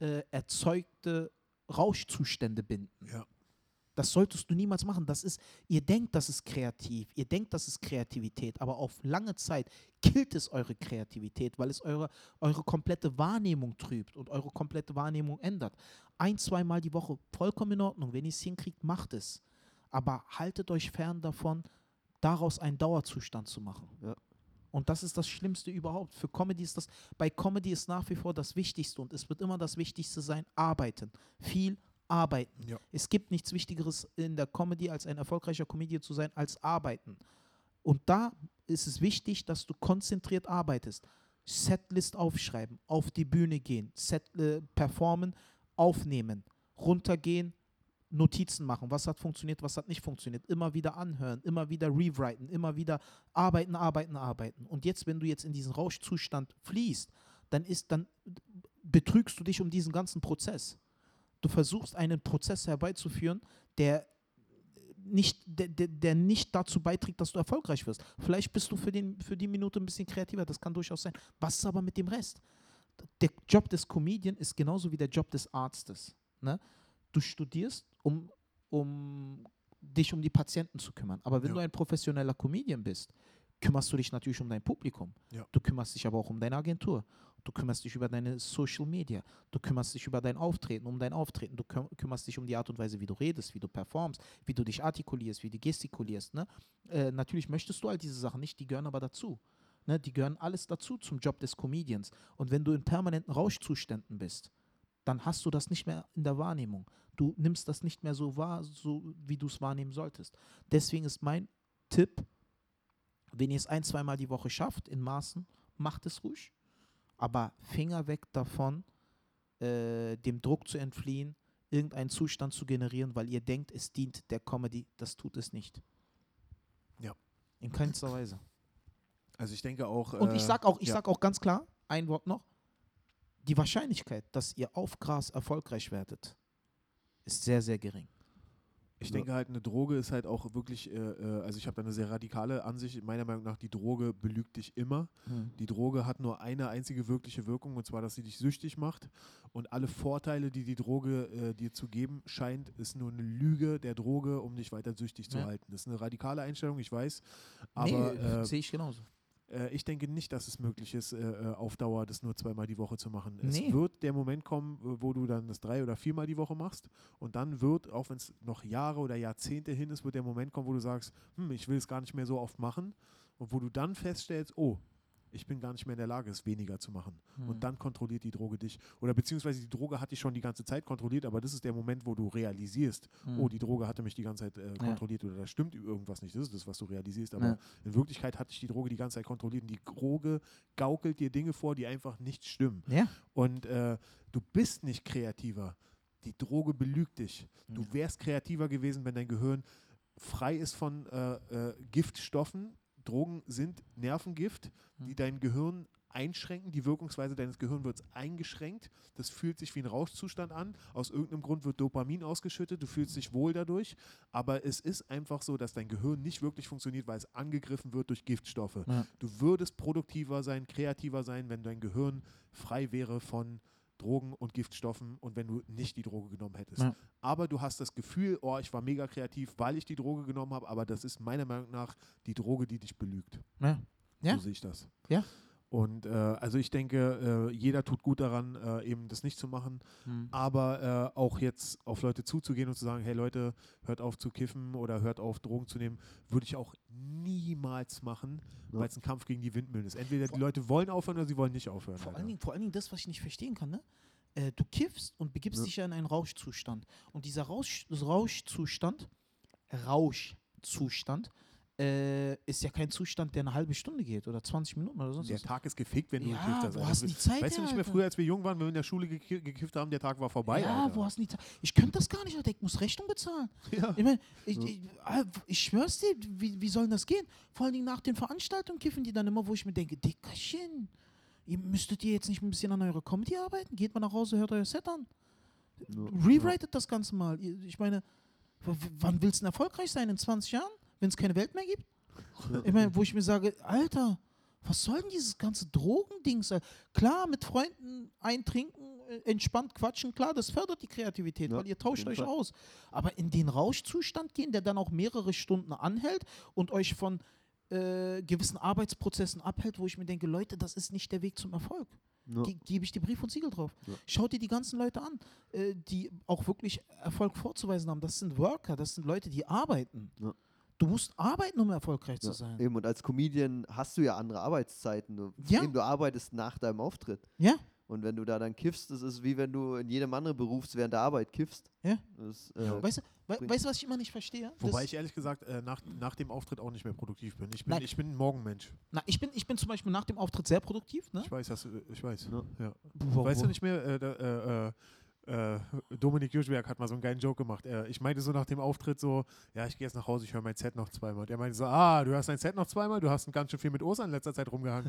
erzeugte Rauschzustände binden. Ja. Das solltest du niemals machen. Ihr denkt, das ist kreativ, ihr denkt, das ist Kreativität, aber auf lange Zeit killt es eure Kreativität, weil es eure komplette Wahrnehmung trübt und eure komplette Wahrnehmung ändert. 1-, 2-mal die Woche, vollkommen in Ordnung. Wenn ihr es hinkriegt, macht es. Aber haltet euch fern davon, daraus einen Dauerzustand zu machen. Ja. Und das ist das Schlimmste überhaupt. Bei Comedy ist nach wie vor das Wichtigste und es wird immer das Wichtigste sein, arbeiten. Viel arbeiten. Ja. Es gibt nichts Wichtigeres in der Comedy, als ein erfolgreicher Comedian zu sein, als arbeiten. Und da ist es wichtig, dass du konzentriert arbeitest. Setlist aufschreiben, auf die Bühne gehen, performen, aufnehmen, runtergehen, Notizen machen. Was hat funktioniert, was hat nicht funktioniert. Immer wieder anhören, immer wieder rewriten, immer wieder arbeiten, arbeiten, arbeiten. Und jetzt, wenn du jetzt in diesen Rauschzustand fließt, dann betrügst du dich um diesen ganzen Prozess. Du versuchst einen Prozess herbeizuführen, der nicht dazu beiträgt, dass du erfolgreich wirst. Vielleicht bist du für die Minute ein bisschen kreativer, das kann durchaus sein. Was ist aber mit dem Rest? Der Job des Comedian ist genauso wie der Job des Arztes. Ne? Du studierst, um dich um die Patienten zu kümmern. Aber wenn Ja. du ein professioneller Comedian bist, kümmerst du dich natürlich um dein Publikum. Ja. Du kümmerst dich aber auch um deine Agentur. Du kümmerst dich über deine Social Media. Du kümmerst dich über dein Auftreten, um dein Auftreten. Du kümmerst dich um die Art und Weise, wie du redest, wie du performst, wie du dich artikulierst, wie du gestikulierst. Ne? Natürlich möchtest du all diese Sachen nicht, die gehören aber dazu. Ne? Die gehören alles dazu zum Job des Comedians. Und wenn du in permanenten Rauschzuständen bist, dann hast du das nicht mehr in der Wahrnehmung. Du nimmst das nicht mehr so wahr, so wie du es wahrnehmen solltest. Deswegen ist mein Tipp, wenn ihr es 1-, 2-mal die Woche schafft, in Maßen, macht es ruhig. Aber Finger weg davon, dem Druck zu entfliehen, irgendeinen Zustand zu generieren, weil ihr denkt, es dient der Comedy. Das tut es nicht. Ja. In keinster Weise. Also ich denke auch. Und ich sag ja. auch ganz klar, ein Wort noch, die Wahrscheinlichkeit, dass ihr auf Gras erfolgreich werdet, ist sehr, sehr gering. Ich denke halt, eine Droge ist halt auch wirklich, also ich habe da eine sehr radikale Ansicht, meiner Meinung nach, die Droge belügt dich immer. Die Droge hat nur eine einzige wirkliche Wirkung, und zwar, dass sie dich süchtig macht. Und alle Vorteile, die die Droge dir zu geben scheint, ist nur eine Lüge der Droge, um dich weiter süchtig zu Ja. halten. Das ist eine radikale Einstellung, ich weiß. Aber sehe ich genauso. ich denke nicht, dass es möglich ist, auf Dauer das nur 2-mal die Woche zu machen. Nee. Es wird der Moment kommen, wo du dann das 3- oder 4-mal die Woche machst und dann wird, auch wenn es noch Jahre oder Jahrzehnte hin ist, wird der Moment kommen, wo du sagst, ich will es gar nicht mehr so oft machen und wo du dann feststellst, oh, ich bin gar nicht mehr in der Lage, es weniger zu machen. Und dann kontrolliert die Droge dich. Oder beziehungsweise die Droge hat dich schon die ganze Zeit kontrolliert, aber das ist der Moment, wo du realisierst, oh, die Droge hatte mich die ganze Zeit kontrolliert oder da stimmt irgendwas nicht. Das ist das, was du realisierst. Aber in Wirklichkeit hat dich die Droge die ganze Zeit kontrolliert und die Droge gaukelt dir Dinge vor, die einfach nicht stimmen. Ja. Und du bist nicht kreativer. Die Droge belügt dich. Du wärst kreativer gewesen, wenn dein Gehirn frei ist von Giftstoffen. Drogen sind Nervengift, die dein Gehirn einschränken. Die Wirkungsweise deines Gehirns wird eingeschränkt. Das fühlt sich wie ein Rauschzustand an. Aus irgendeinem Grund wird Dopamin ausgeschüttet. Du fühlst dich wohl dadurch. Aber es ist einfach so, dass dein Gehirn nicht wirklich funktioniert, weil es angegriffen wird durch Giftstoffe. Ja. Du würdest produktiver sein, kreativer sein, wenn dein Gehirn frei wäre von Drogen und Giftstoffen und wenn du nicht die Droge genommen hättest. Ja. Aber du hast das Gefühl, oh, ich war mega kreativ, weil ich die Droge genommen habe, aber das ist meiner Meinung nach die Droge, die dich belügt. Ja. Ja. So sehe ich das. Ja. Und also ich denke, jeder tut gut daran, eben das nicht zu machen, aber auch jetzt auf Leute zuzugehen und zu sagen, hey Leute, hört auf zu kiffen oder hört auf Drogen zu nehmen, würde ich auch niemals machen, weil es ein Kampf gegen die Windmühlen ist. Entweder die Leute wollen aufhören oder sie wollen nicht aufhören. Vor allen Dingen das, was ich nicht verstehen kann, ne? Du kiffst und begibst dich ja in einen Rauschzustand. Und dieser Rauschzustand ist ja kein Zustand, der eine halbe Stunde geht oder 20 Minuten oder sonst Der was. Tag ist gefickt, wenn du Ja, gekifft hast. wo hast du die Zeit Weißt du her, nicht mehr Alter? früher, als wir jung waren, wenn wir in der Schule gekifft haben, der Tag war vorbei. Ja, Alter. wo hast du die Zeit? Ich könnte das gar nicht, Alter. Ich muss Rechnung bezahlen. Ja. Ich meine, ich schwör's dir, wie soll denn das gehen? Vor allen Dingen nach den Veranstaltungen kiffen die dann immer, wo ich mir denke, Dickerchen, müsstet ihr jetzt nicht ein bisschen an eurer Comedy arbeiten? Geht mal nach Hause, hört euer Set an. Rewritet das Ganze mal. Ich meine, wann willst du denn erfolgreich sein? In 20 Jahren? Wenn es keine Welt mehr gibt? Ich meine, wo ich mir sage, Alter, was soll denn dieses ganze Drogendings sein? Klar, mit Freunden eintrinken, entspannt quatschen, klar, das fördert die Kreativität, Ja, weil ihr tauscht auf euch jeden Fall. aus. Aber in den Rauschzustand gehen, der dann auch mehrere Stunden anhält und euch von gewissen Arbeitsprozessen abhält, wo ich mir denke, Leute, das ist nicht der Weg zum Erfolg. Ja. Gebe ich dir Brief und Siegel drauf. Ja. Schaut dir die ganzen Leute an, die auch wirklich Erfolg vorzuweisen haben. Das sind Worker, das sind Leute, die arbeiten. Ja. Du musst arbeiten, um erfolgreich zu Ja, sein. eben, und als Comedian hast du ja andere Arbeitszeiten. Ja. Du arbeitest nach deinem Auftritt. Ja, Und wenn du da dann kiffst, das ist wie wenn du in jedem anderen Beruf während der Arbeit kiffst. ja. Das, Weißt du, was ich immer nicht verstehe? Wobei ich ehrlich gesagt nach dem Auftritt auch nicht mehr produktiv bin. Nein. Ich bin ein Morgenmensch. ich bin zum Beispiel nach dem Auftritt sehr produktiv. Ne? Ich weiß. Ja. Ja. Weißt du nicht mehr, Dominik Juschberg hat mal so einen geilen Joke gemacht. Ich meinte so nach dem Auftritt so, ja, ich gehe jetzt nach Hause, ich höre mein Set noch 2-mal. Der meinte so, du hörst dein Set noch 2-mal? Du hast ganz schön viel mit Ostern in letzter Zeit rumgehangen.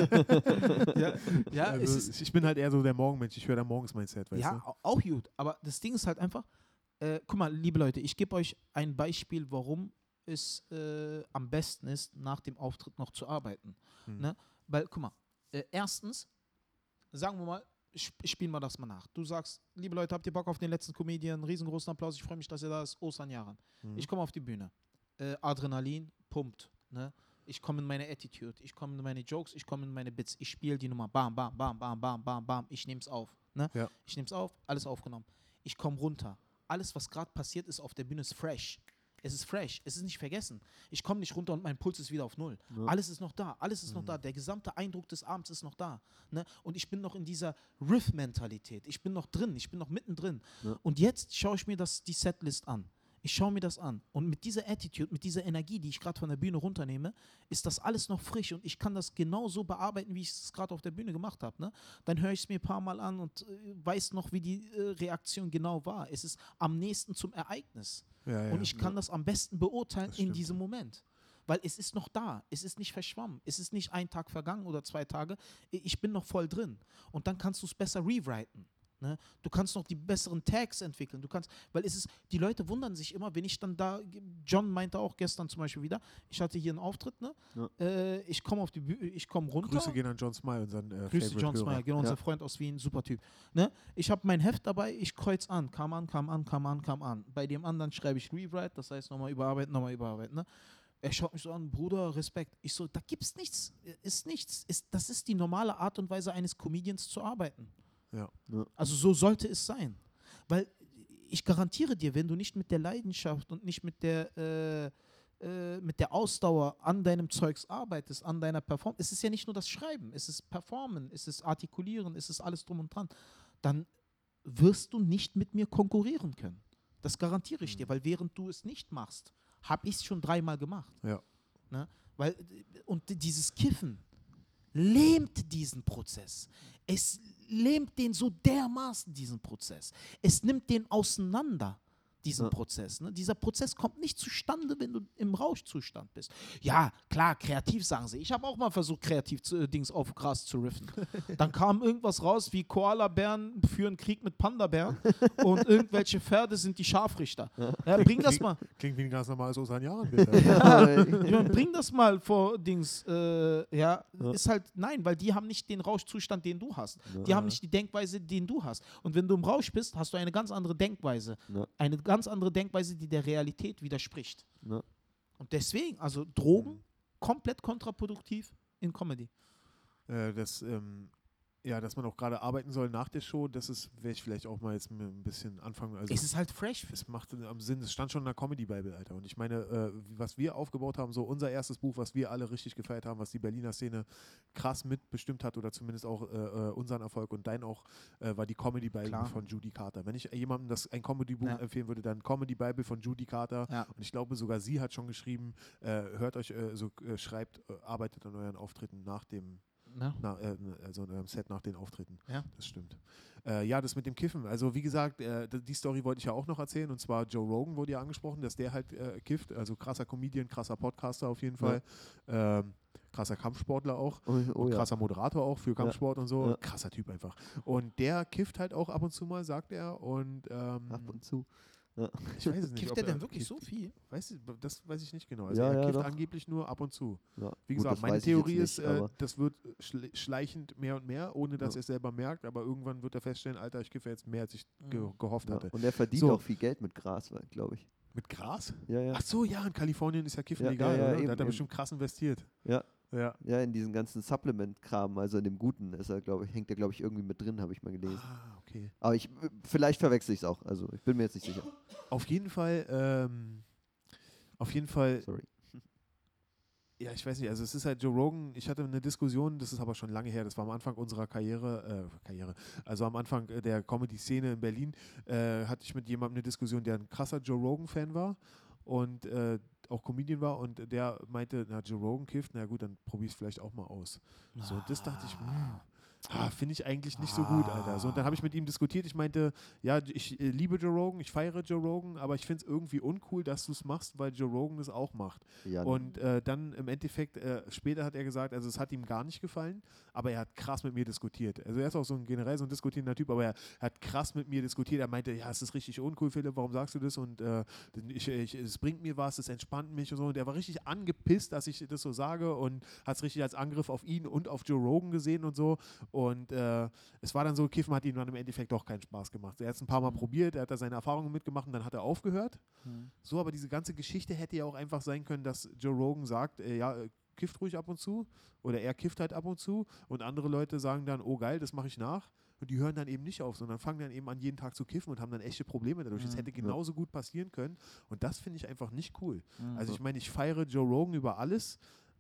Ja, Also, ich bin halt eher so der Morgenmensch. Ich höre dann morgens mein Set, weißt ja, auch gut. Aber das Ding ist halt einfach, guck mal, liebe Leute, ich gebe euch ein Beispiel, warum es am besten ist, nach dem Auftritt noch zu arbeiten. Ne? Weil, guck mal, erstens, sagen wir mal, spielen wir das mal nach. Du sagst, liebe Leute, habt ihr Bock auf den letzten Comedian? Riesengroßen Applaus, ich freue mich, dass ihr da ist. Osan Yaran. Ich komme auf die Bühne. Adrenalin pumpt. Ne? Ich komme in meine Attitude, ich komme in meine Jokes, ich komme in meine Bits. Ich spiele die Nummer. Bam, bam, bam, bam, bam, bam, bam. Ich nehme es auf. Ne? Ja. Ich nehme es auf, alles aufgenommen. Ich komme runter. Alles, was gerade passiert ist auf der Bühne, ist fresh. Es ist fresh, es ist nicht vergessen. Ich komme nicht runter und mein Puls ist wieder auf 0. Ja. Alles ist noch da, alles ist noch da. Der gesamte Eindruck des Abends ist noch da. Ne? Und ich bin noch in dieser Riff-Mentalität. Ich bin noch drin, ich bin noch mittendrin. Ja. Und jetzt schaue ich mir die Setlist an. Ich schaue mir das an. Und mit dieser Attitude, mit dieser Energie, die ich gerade von der Bühne runternehme, ist das alles noch frisch und ich kann das genauso bearbeiten, wie ich es gerade auf der Bühne gemacht habe. Ne? Dann höre ich es mir ein paar Mal an und weiß noch, wie die Reaktion genau war. Es ist am nächsten zum Ereignis. Ja, Und ich kann das am besten beurteilen Das in stimmt. diesem Moment. Weil es ist noch da, es ist nicht verschwommen, es ist nicht ein Tag vergangen oder 2 Tage, ich bin noch voll drin. Und dann kannst du es besser rewriten. Ne? Du kannst noch die besseren Tags entwickeln. Weil die Leute wundern sich immer, wenn ich dann da, John meinte auch gestern zum Beispiel wieder, ich hatte hier einen Auftritt, ne? Ja. Ich komme auf die Bühne, ich komme runter. Grüße gehen an John Smile, unseren Grüße Favorite John Hörer. Smile, genau, unser Ja. Freund aus Wien, super Typ. Ne? Ich habe mein Heft dabei, ich kreuz an, kam an. Bei dem anderen schreibe ich Rewrite, das heißt nochmal überarbeiten. Ne? Er schaut mich so an, Bruder, Respekt. Ich so, da gibt's nichts, ist nichts. Das ist die normale Art und Weise eines Comedians zu arbeiten. Ja. Also so sollte es sein. Weil ich garantiere dir, wenn du nicht mit der Leidenschaft und nicht mit der Ausdauer an deinem Zeugs arbeitest, an deiner Performance, es ist ja nicht nur das Schreiben, es ist Performen, es ist Artikulieren, es ist alles drum und dran, dann wirst du nicht mit mir konkurrieren können. Das garantiere ich dir, weil während du es nicht machst, habe ich es schon 3-mal gemacht. Ja. Ne? Und dieses Kiffen lähmt diesen Prozess. Es lähmt den so dermaßen, diesen Prozess. Es nimmt den auseinander, diesen Prozess. Ne? Dieser Prozess kommt nicht zustande, wenn du im Rauschzustand bist. Ja, klar, kreativ sagen sie. Ich habe auch mal versucht, kreativ Dings auf Gras zu riffen. Dann kam irgendwas raus wie Koalabären führen Krieg mit Panda-Bären und irgendwelche Pferde sind die Scharfrichter. Ja, bring das mal. Klingt wie ein ganz normales Osterjahren. Ich meine, bring das mal vor Dings. Ist halt, nein, weil die haben nicht den Rauschzustand, den du hast. Die haben nicht die Denkweise, den du hast. Und wenn du im Rausch bist, hast du eine ganz andere Denkweise. Eine ganz andere Denkweise, die der Realität widerspricht. Und deswegen, also Drogen, komplett kontraproduktiv in Comedy. Dass man auch gerade arbeiten soll nach der Show, werde ich vielleicht auch mal jetzt ein bisschen anfangen. Also Es ist halt fresh. es macht am Sinn, es stand schon in der Comedy-Bible, Alter. Und ich meine, was wir aufgebaut haben, so unser erstes Buch, was wir alle richtig gefeiert haben, was die Berliner Szene krass mitbestimmt hat oder zumindest auch unseren Erfolg und dein auch, war die Comedy-Bible von Judy Carter. Wenn ich jemandem ein Comedy-Buch empfehlen würde, dann Comedy-Bible von Judy Carter. Ja. Und ich glaube, sogar sie hat schon geschrieben, hört euch, schreibt, arbeitet an euren Auftritten nach dem also in eurem Set nach den Auftritten. Ja. Das stimmt. Das mit dem Kiffen. Also wie gesagt, die Story wollte ich ja auch noch erzählen. Und zwar Joe Rogan wurde ja angesprochen, dass der halt kifft. Also krasser Comedian, krasser Podcaster auf jeden Fall. Krasser Kampfsportler auch. Und krasser Moderator auch für Kampfsport und so. Krasser Typ einfach. Und der kifft halt auch ab und zu mal, sagt er. Und ab und zu. Ja. Ich weiß es nicht. Kifft er denn wirklich so viel? Das weiß ich nicht genau. Also er kifft doch angeblich nur ab und zu. Ja. Wie gesagt, meine Theorie ist, das wird schleichend mehr und mehr, ohne dass er es selber merkt, aber irgendwann wird er feststellen, Alter, ich kiffe jetzt mehr, als ich gehofft hatte. Und er verdient auch viel Geld mit Gras, glaube ich. Mit Gras? Ja. Ach so, ja, in Kalifornien ist ja Kiffen legal, oder? Da hat er bestimmt krass investiert. Ja, in diesen ganzen Supplement-Kram, also in dem Guten hängt er, glaube ich, irgendwie mit drin, habe ich mal gelesen. Ah, okay. Aber vielleicht verwechsel ich es auch, also ich bin mir jetzt nicht sicher. Auf jeden Fall, Sorry. Ja, ich weiß nicht, also es ist halt Joe Rogan, ich hatte eine Diskussion, das ist aber schon lange her, das war am Anfang unserer Karriere, also am Anfang der Comedy-Szene in Berlin, hatte ich mit jemandem eine Diskussion, der ein krasser Joe Rogan-Fan war und auch Comedian war und der meinte, na, Joe Rogan kifft, na gut, dann probier es vielleicht auch mal aus. So, das dachte ich, finde ich eigentlich nicht so gut, Alter. So, und dann habe ich mit ihm diskutiert. Ich meinte, ja, ich liebe Joe Rogan, ich feiere Joe Rogan, aber ich finde es irgendwie uncool, dass du es machst, weil Joe Rogan es auch macht. Ja, und dann im Endeffekt, später hat er gesagt, also es hat ihm gar nicht gefallen, aber er hat krass mit mir diskutiert. Also er ist auch generell so ein diskutierender Typ, aber er hat krass mit mir diskutiert. Er meinte, ja, es ist richtig uncool, Philipp, warum sagst du das? Und es bringt mir was, es entspannt mich und so. Und er war richtig angepisst, dass ich das so sage und hat es richtig als Angriff auf ihn und auf Joe Rogan gesehen und so. Und es war dann so, Kiffen hat ihm dann im Endeffekt doch keinen Spaß gemacht. Er hat es ein paar Mal probiert, er hat da seine Erfahrungen mitgemacht und dann hat er aufgehört. So, aber diese ganze Geschichte hätte ja auch einfach sein können, dass Joe Rogan sagt, kifft ruhig ab und zu oder er kifft halt ab und zu und andere Leute sagen dann, oh geil, das mache ich nach. Und die hören dann eben nicht auf, sondern fangen dann eben an, jeden Tag zu kiffen und haben dann echte Probleme dadurch. Das hätte genauso gut passieren können und das finde ich einfach nicht cool. Also ich meine, ich feiere Joe Rogan über alles.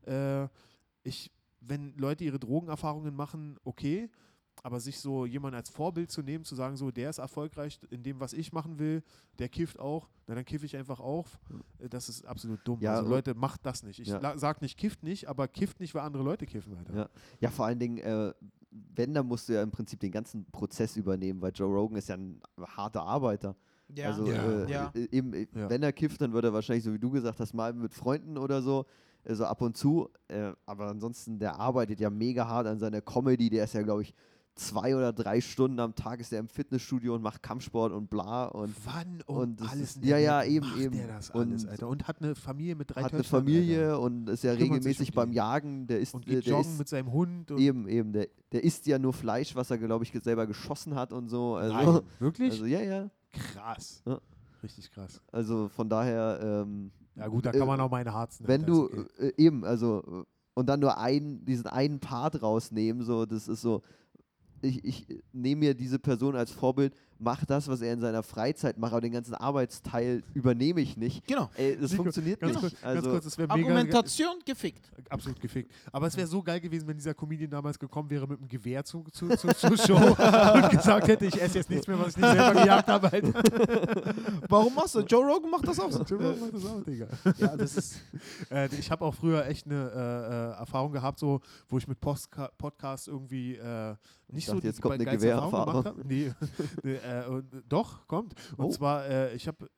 Wenn Leute ihre Drogenerfahrungen machen, okay, aber sich so jemanden als Vorbild zu nehmen, zu sagen, so, der ist erfolgreich in dem, was ich machen will, der kifft auch, na dann kiffe ich einfach auf, das ist absolut dumm. Ja, also Leute, macht das nicht. Ich sage nicht, kifft nicht, aber kifft nicht, weil andere Leute kiffen. Alter. Ja, vor allen Dingen, wenn, dann musst du ja im Prinzip den ganzen Prozess übernehmen, weil Joe Rogan ist ja ein harter Arbeiter. Ja. Also wenn er kifft, dann wird er wahrscheinlich, so wie du gesagt hast, mal mit Freunden oder so, also ab und zu, aber ansonsten, der arbeitet ja mega hart an seiner Comedy, der ist ja, glaube ich, 2 oder 3 Stunden am Tag ist er im Fitnessstudio und macht Kampfsport und bla. Und wann und alles eben. Der das alles, Alter. Und hat eine Familie mit 3 Hat Töchtern, eine Familie Alter. und ist ja regelmäßig beim Jagen. Der geht joggen mit seinem Hund. Und eben. Der isst ja nur Fleisch, was er, glaube ich, selber geschossen hat und so. Also, nein, wirklich? Also ja. Krass. Ja. Richtig krass. Also von daher, Ja gut, da kann man auch meine harzen. wenn Alter, du ist okay. eben, also und dann nur diesen einen Part rausnehmen, so, das ist so, ich nehme mir diese Person als Vorbild, mach das, was er in seiner Freizeit macht, aber den ganzen Arbeitsteil übernehme ich nicht. Genau. Ey, das Nico, funktioniert ganz nicht. kurz, Also, ganz kurz, das wäre mega. Argumentation gefickt. Absolut gefickt. Aber es wäre so geil gewesen, wenn dieser Comedian damals gekommen wäre mit einem Gewehr zur Show und gesagt hätte, ich esse jetzt nichts mehr, was ich nicht selber gejagt habe. Alter. Warum machst du? Joe Rogan macht das auch so. Joe Rogan macht das auch, Digga. Ja, das ist. Ich habe auch früher echt eine Erfahrung gehabt, so, wo ich mit Podcasts irgendwie nicht dachte, so jetzt kommt eine geilste Erfahrung Gewehrerfahrung. gemacht habe. Nee, doch, kommt. Und Oh. zwar,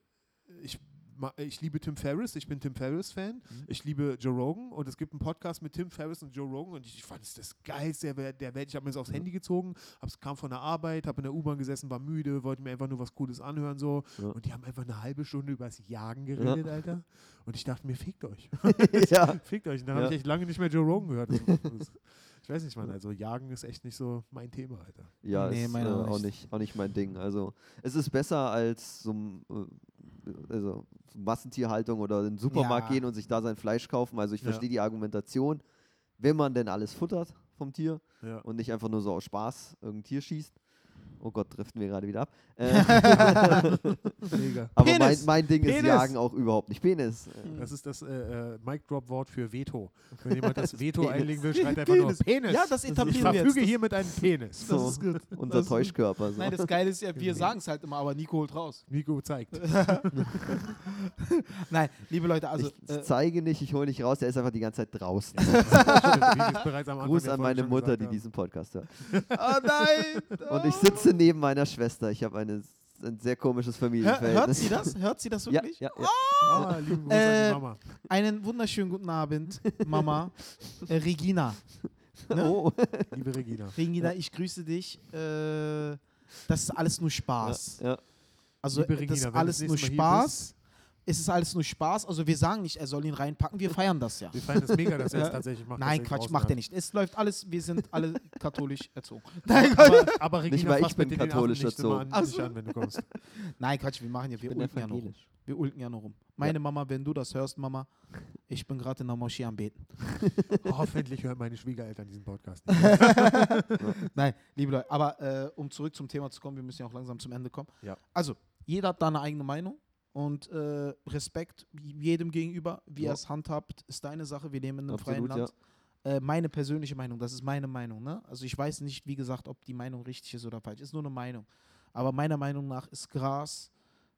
ich liebe Tim Ferriss, ich bin Tim Ferriss-Fan. Ich liebe Joe Rogan und es gibt einen Podcast mit Tim Ferriss und Joe Rogan und ich fand es das Geilste der Welt. Ich habe mir das aufs Handy gezogen, kam von der Arbeit, habe in der U-Bahn gesessen, war müde, wollte mir einfach nur was Cooles anhören so Ja. und die haben einfach eine halbe Stunde über das Jagen geredet, Alter. Und ich dachte mir, fickt euch. ja. Fickt euch. Und dann Ja. habe ich echt lange nicht mehr Joe Rogan gehört. Ich weiß nicht, Mann, also Jagen ist echt nicht so mein Thema, Alter. Ja, Nee, ist meiner auch nicht mein Ding. Also es ist besser als also Massentierhaltung oder in den Supermarkt Ja. gehen und sich da sein Fleisch kaufen. Also ich Ja. verstehe die Argumentation, wenn man denn alles futtert vom Tier Ja. und nicht einfach nur so aus Spaß irgendein Tier schießt. Oh Gott, driften wir gerade wieder ab. Mega. Aber Penis. mein Ding ist Penis. Jagen auch überhaupt nicht. Penis. Das ist das Mic-Drop-Wort für Veto. Wenn jemand das Veto Penis. einlegen will, schreit einfach nur Penis. Ja, das Ich etablieren wir jetzt. verfüge Das- hiermit einen Penis. Das So, ist gut. unser Das ist- Täuschkörper. So. Nein, das Geile ist ja, wir sagen es halt immer, aber Nico holt raus. Nico zeigt. Nein, liebe Leute, also. ich zeige nicht, ich hole nicht raus, der ist einfach die ganze Zeit draußen. Stimmt, wie wir es bereits am Anfang Gruß der an Folge meine schon Mutter, gesagt die haben. diesen Podcast hört. Oh nein! Und ich sitze neben meiner Schwester. Ich habe ein sehr komisches Hört Familienverhältnis. sie das? Hört sie das Ja, wirklich? ja, ja. Ah, lieben Gruß an die Mama. Einen wunderschönen guten Abend, Mama. Regina. Ne? Oh. Liebe Regina. Regina, ich grüße dich. Das ist alles nur Spaß. Ja. Also, Liebe Regina, das ist wenn du alles das nur nächste Mal hier Spaß. Es ist alles nur Spaß. Also, wir sagen nicht, er soll ihn reinpacken. Wir feiern das ja. Wir feiern das mega, dass er es Ja. tatsächlich macht. Nein, dass er Quatsch, draußen macht er hat. nicht. Es läuft alles, wir sind alle katholisch erzogen. Aber Regina, Nicht mal ich fass bin bitte den katholisch Affen nicht immer erzogen. an, Ach nicht so. an, wenn du kommst. Nein, Quatsch, wir machen ja, wir bin ulken ja nur rum. evangelisch. Wir ulken ja nur rum. Meine Mama, wenn du das hörst, Mama, ich bin gerade in der Moschee am Beten. Hoffentlich hören meine Schwiegereltern diesen Podcast nicht. Nein, liebe Leute, aber um zurück zum Thema zu kommen, wir müssen ja auch langsam zum Ende kommen. Ja. Also, jeder hat da eine eigene Meinung und Respekt jedem gegenüber, wie Ja. er es handhabt, ist deine Sache. Wir leben in einem Absolut, freien Land. Meine persönliche Meinung, das ist meine Meinung. Ne? Also ich weiß nicht, wie gesagt, ob die Meinung richtig ist oder falsch. Ist nur eine Meinung. Aber meiner Meinung nach ist Gras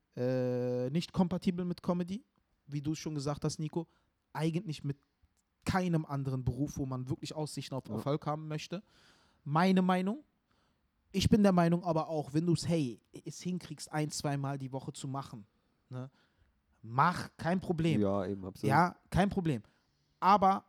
nicht kompatibel mit Comedy, wie du schon gesagt hast, Nico. Eigentlich mit keinem anderen Beruf, wo man wirklich Aussichten auf Ja. Erfolg haben möchte. Meine Meinung. Ich bin der Meinung aber auch, wenn du es hinkriegst, 1-2 Mal die Woche zu machen, ne? Mach, kein Problem. Ja, eben, absolut. Ja, kein Problem. Aber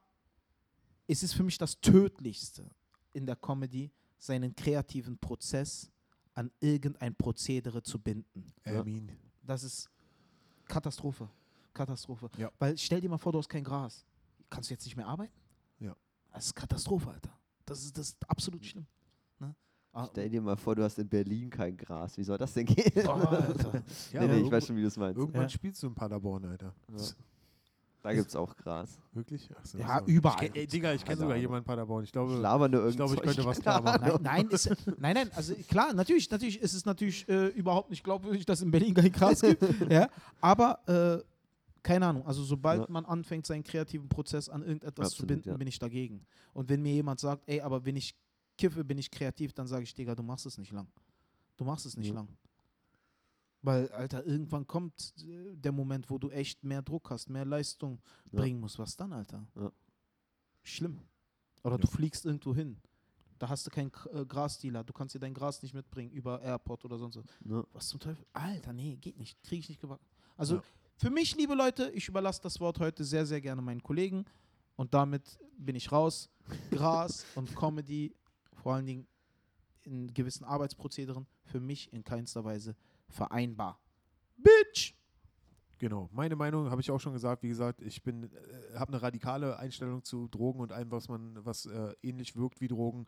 es ist für mich das Tödlichste in der Comedy, seinen kreativen Prozess an irgendein Prozedere zu binden. Amin. Das ist Katastrophe. Katastrophe. Ja. Weil stell dir mal vor, du hast kein Gras. Kannst du jetzt nicht mehr arbeiten? Ja. Das ist Katastrophe, Alter. Das ist absolut schlimm. Ne? Stell dir mal vor, du hast in Berlin kein Gras. Wie soll das denn gehen? Oh, Alter. Ja, nee, aber ich weiß schon, wie du es meinst. Irgendwann Ja. spielst du in Paderborn, Alter. Ja. Da gibt es auch Gras. Wirklich? Ach so, Ja, so. überall. Ey, Digga, ich kenne Keine sogar Ahnung. jemanden in Paderborn. Ich Ich glaube, laber nur ich glaube, ich irgendwas. könnte was klar machen. Nein, also klar, natürlich ist es natürlich überhaupt nicht glaubwürdig, dass es in Berlin kein Gras gibt. Ja, aber keine Ahnung, also sobald Ja. man anfängt, seinen kreativen Prozess an irgendetwas zu Absolut, binden, ja. bin ich dagegen. Und wenn mir jemand sagt, ey, aber wenn ich kiffe, bin ich kreativ, dann sage ich, Digga, du machst es nicht lang. Du machst es nicht Ja. lang. Weil, Alter, irgendwann kommt der Moment, wo du echt mehr Druck hast, mehr Leistung Ja. bringen musst. Was dann, Alter? Ja. Schlimm. Oder Ja. du fliegst irgendwo hin. Da hast du keinen Grasdealer. Du kannst dir dein Gras nicht mitbringen über Airport oder sonst was. Ja. Was zum Teufel? Alter, nee, geht nicht. Kriege ich nicht gebacken. Also Ja. für mich, liebe Leute, ich überlasse das Wort heute sehr, sehr gerne meinen Kollegen. Und damit bin ich raus. Gras und Comedy, vor allen Dingen in gewissen Arbeitsprozederen, für mich in keinster Weise vereinbar. Bitch! Genau, meine Meinung habe ich auch schon gesagt. Wie gesagt, ich habe eine radikale Einstellung zu Drogen und allem, was ähnlich wirkt wie Drogen.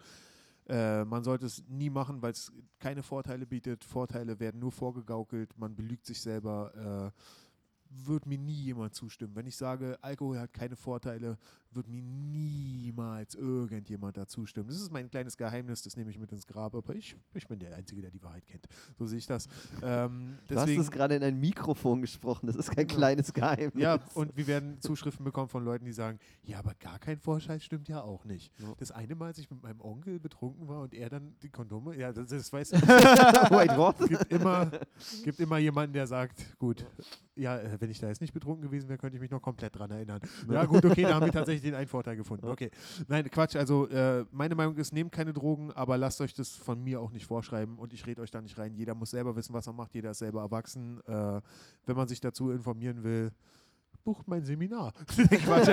Man sollte es nie machen, weil es keine Vorteile bietet. Vorteile werden nur vorgegaukelt. Man belügt sich selber. wird mir nie jemand zustimmen. Wenn ich sage, Alkohol hat keine Vorteile, wird mir niemals irgendjemand da zustimmen. Das ist mein kleines Geheimnis, das nehme ich mit ins Grab, aber ich bin der Einzige, der die Wahrheit kennt. So sehe ich das. Du hast Deswegen, es gerade in ein Mikrofon gesprochen, das ist kein kleines Geheimnis. ja, und wir werden Zuschriften bekommen von Leuten, die sagen, ja, aber gar kein Vorscheiß stimmt ja auch nicht. Ja. Das eine Mal, als ich mit meinem Onkel betrunken war und er dann die Kondome, ja, das weiß ich. Wait, what? Gibt immer jemanden, der sagt, gut, ja, wenn ich da jetzt nicht betrunken gewesen wäre, könnte ich mich noch komplett dran erinnern. Ja gut, okay, da haben wir tatsächlich den einen Vorteil gefunden. Okay, nein, Quatsch, also meine Meinung ist, nehmt keine Drogen, aber lasst euch das von mir auch nicht vorschreiben und ich rede euch da nicht rein. Jeder muss selber wissen, was er macht, jeder ist selber erwachsen. Wenn man sich dazu informieren will, bucht mein Seminar. Quatsch,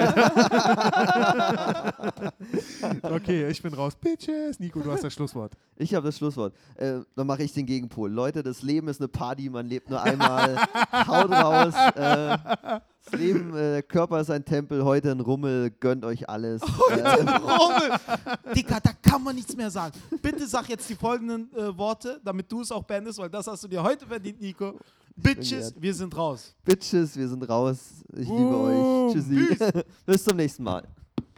okay, ich bin raus. Bitches. Nico, du hast das Schlusswort. Ich habe das Schlusswort. Dann mache ich den Gegenpol. Leute, das Leben ist eine Party, man lebt nur einmal. Haut raus. Das Leben, der Körper ist ein Tempel, heute ein Rummel, gönnt euch alles. Rummel! Dicker, da kann man nichts mehr sagen. Bitte sag jetzt die folgenden Worte, damit du es auch beendest, weil das hast du dir heute verdient, Nico. Bitches, wir sind raus. Bitches, wir sind raus. Ich liebe euch. Tschüssi. Bis zum nächsten Mal.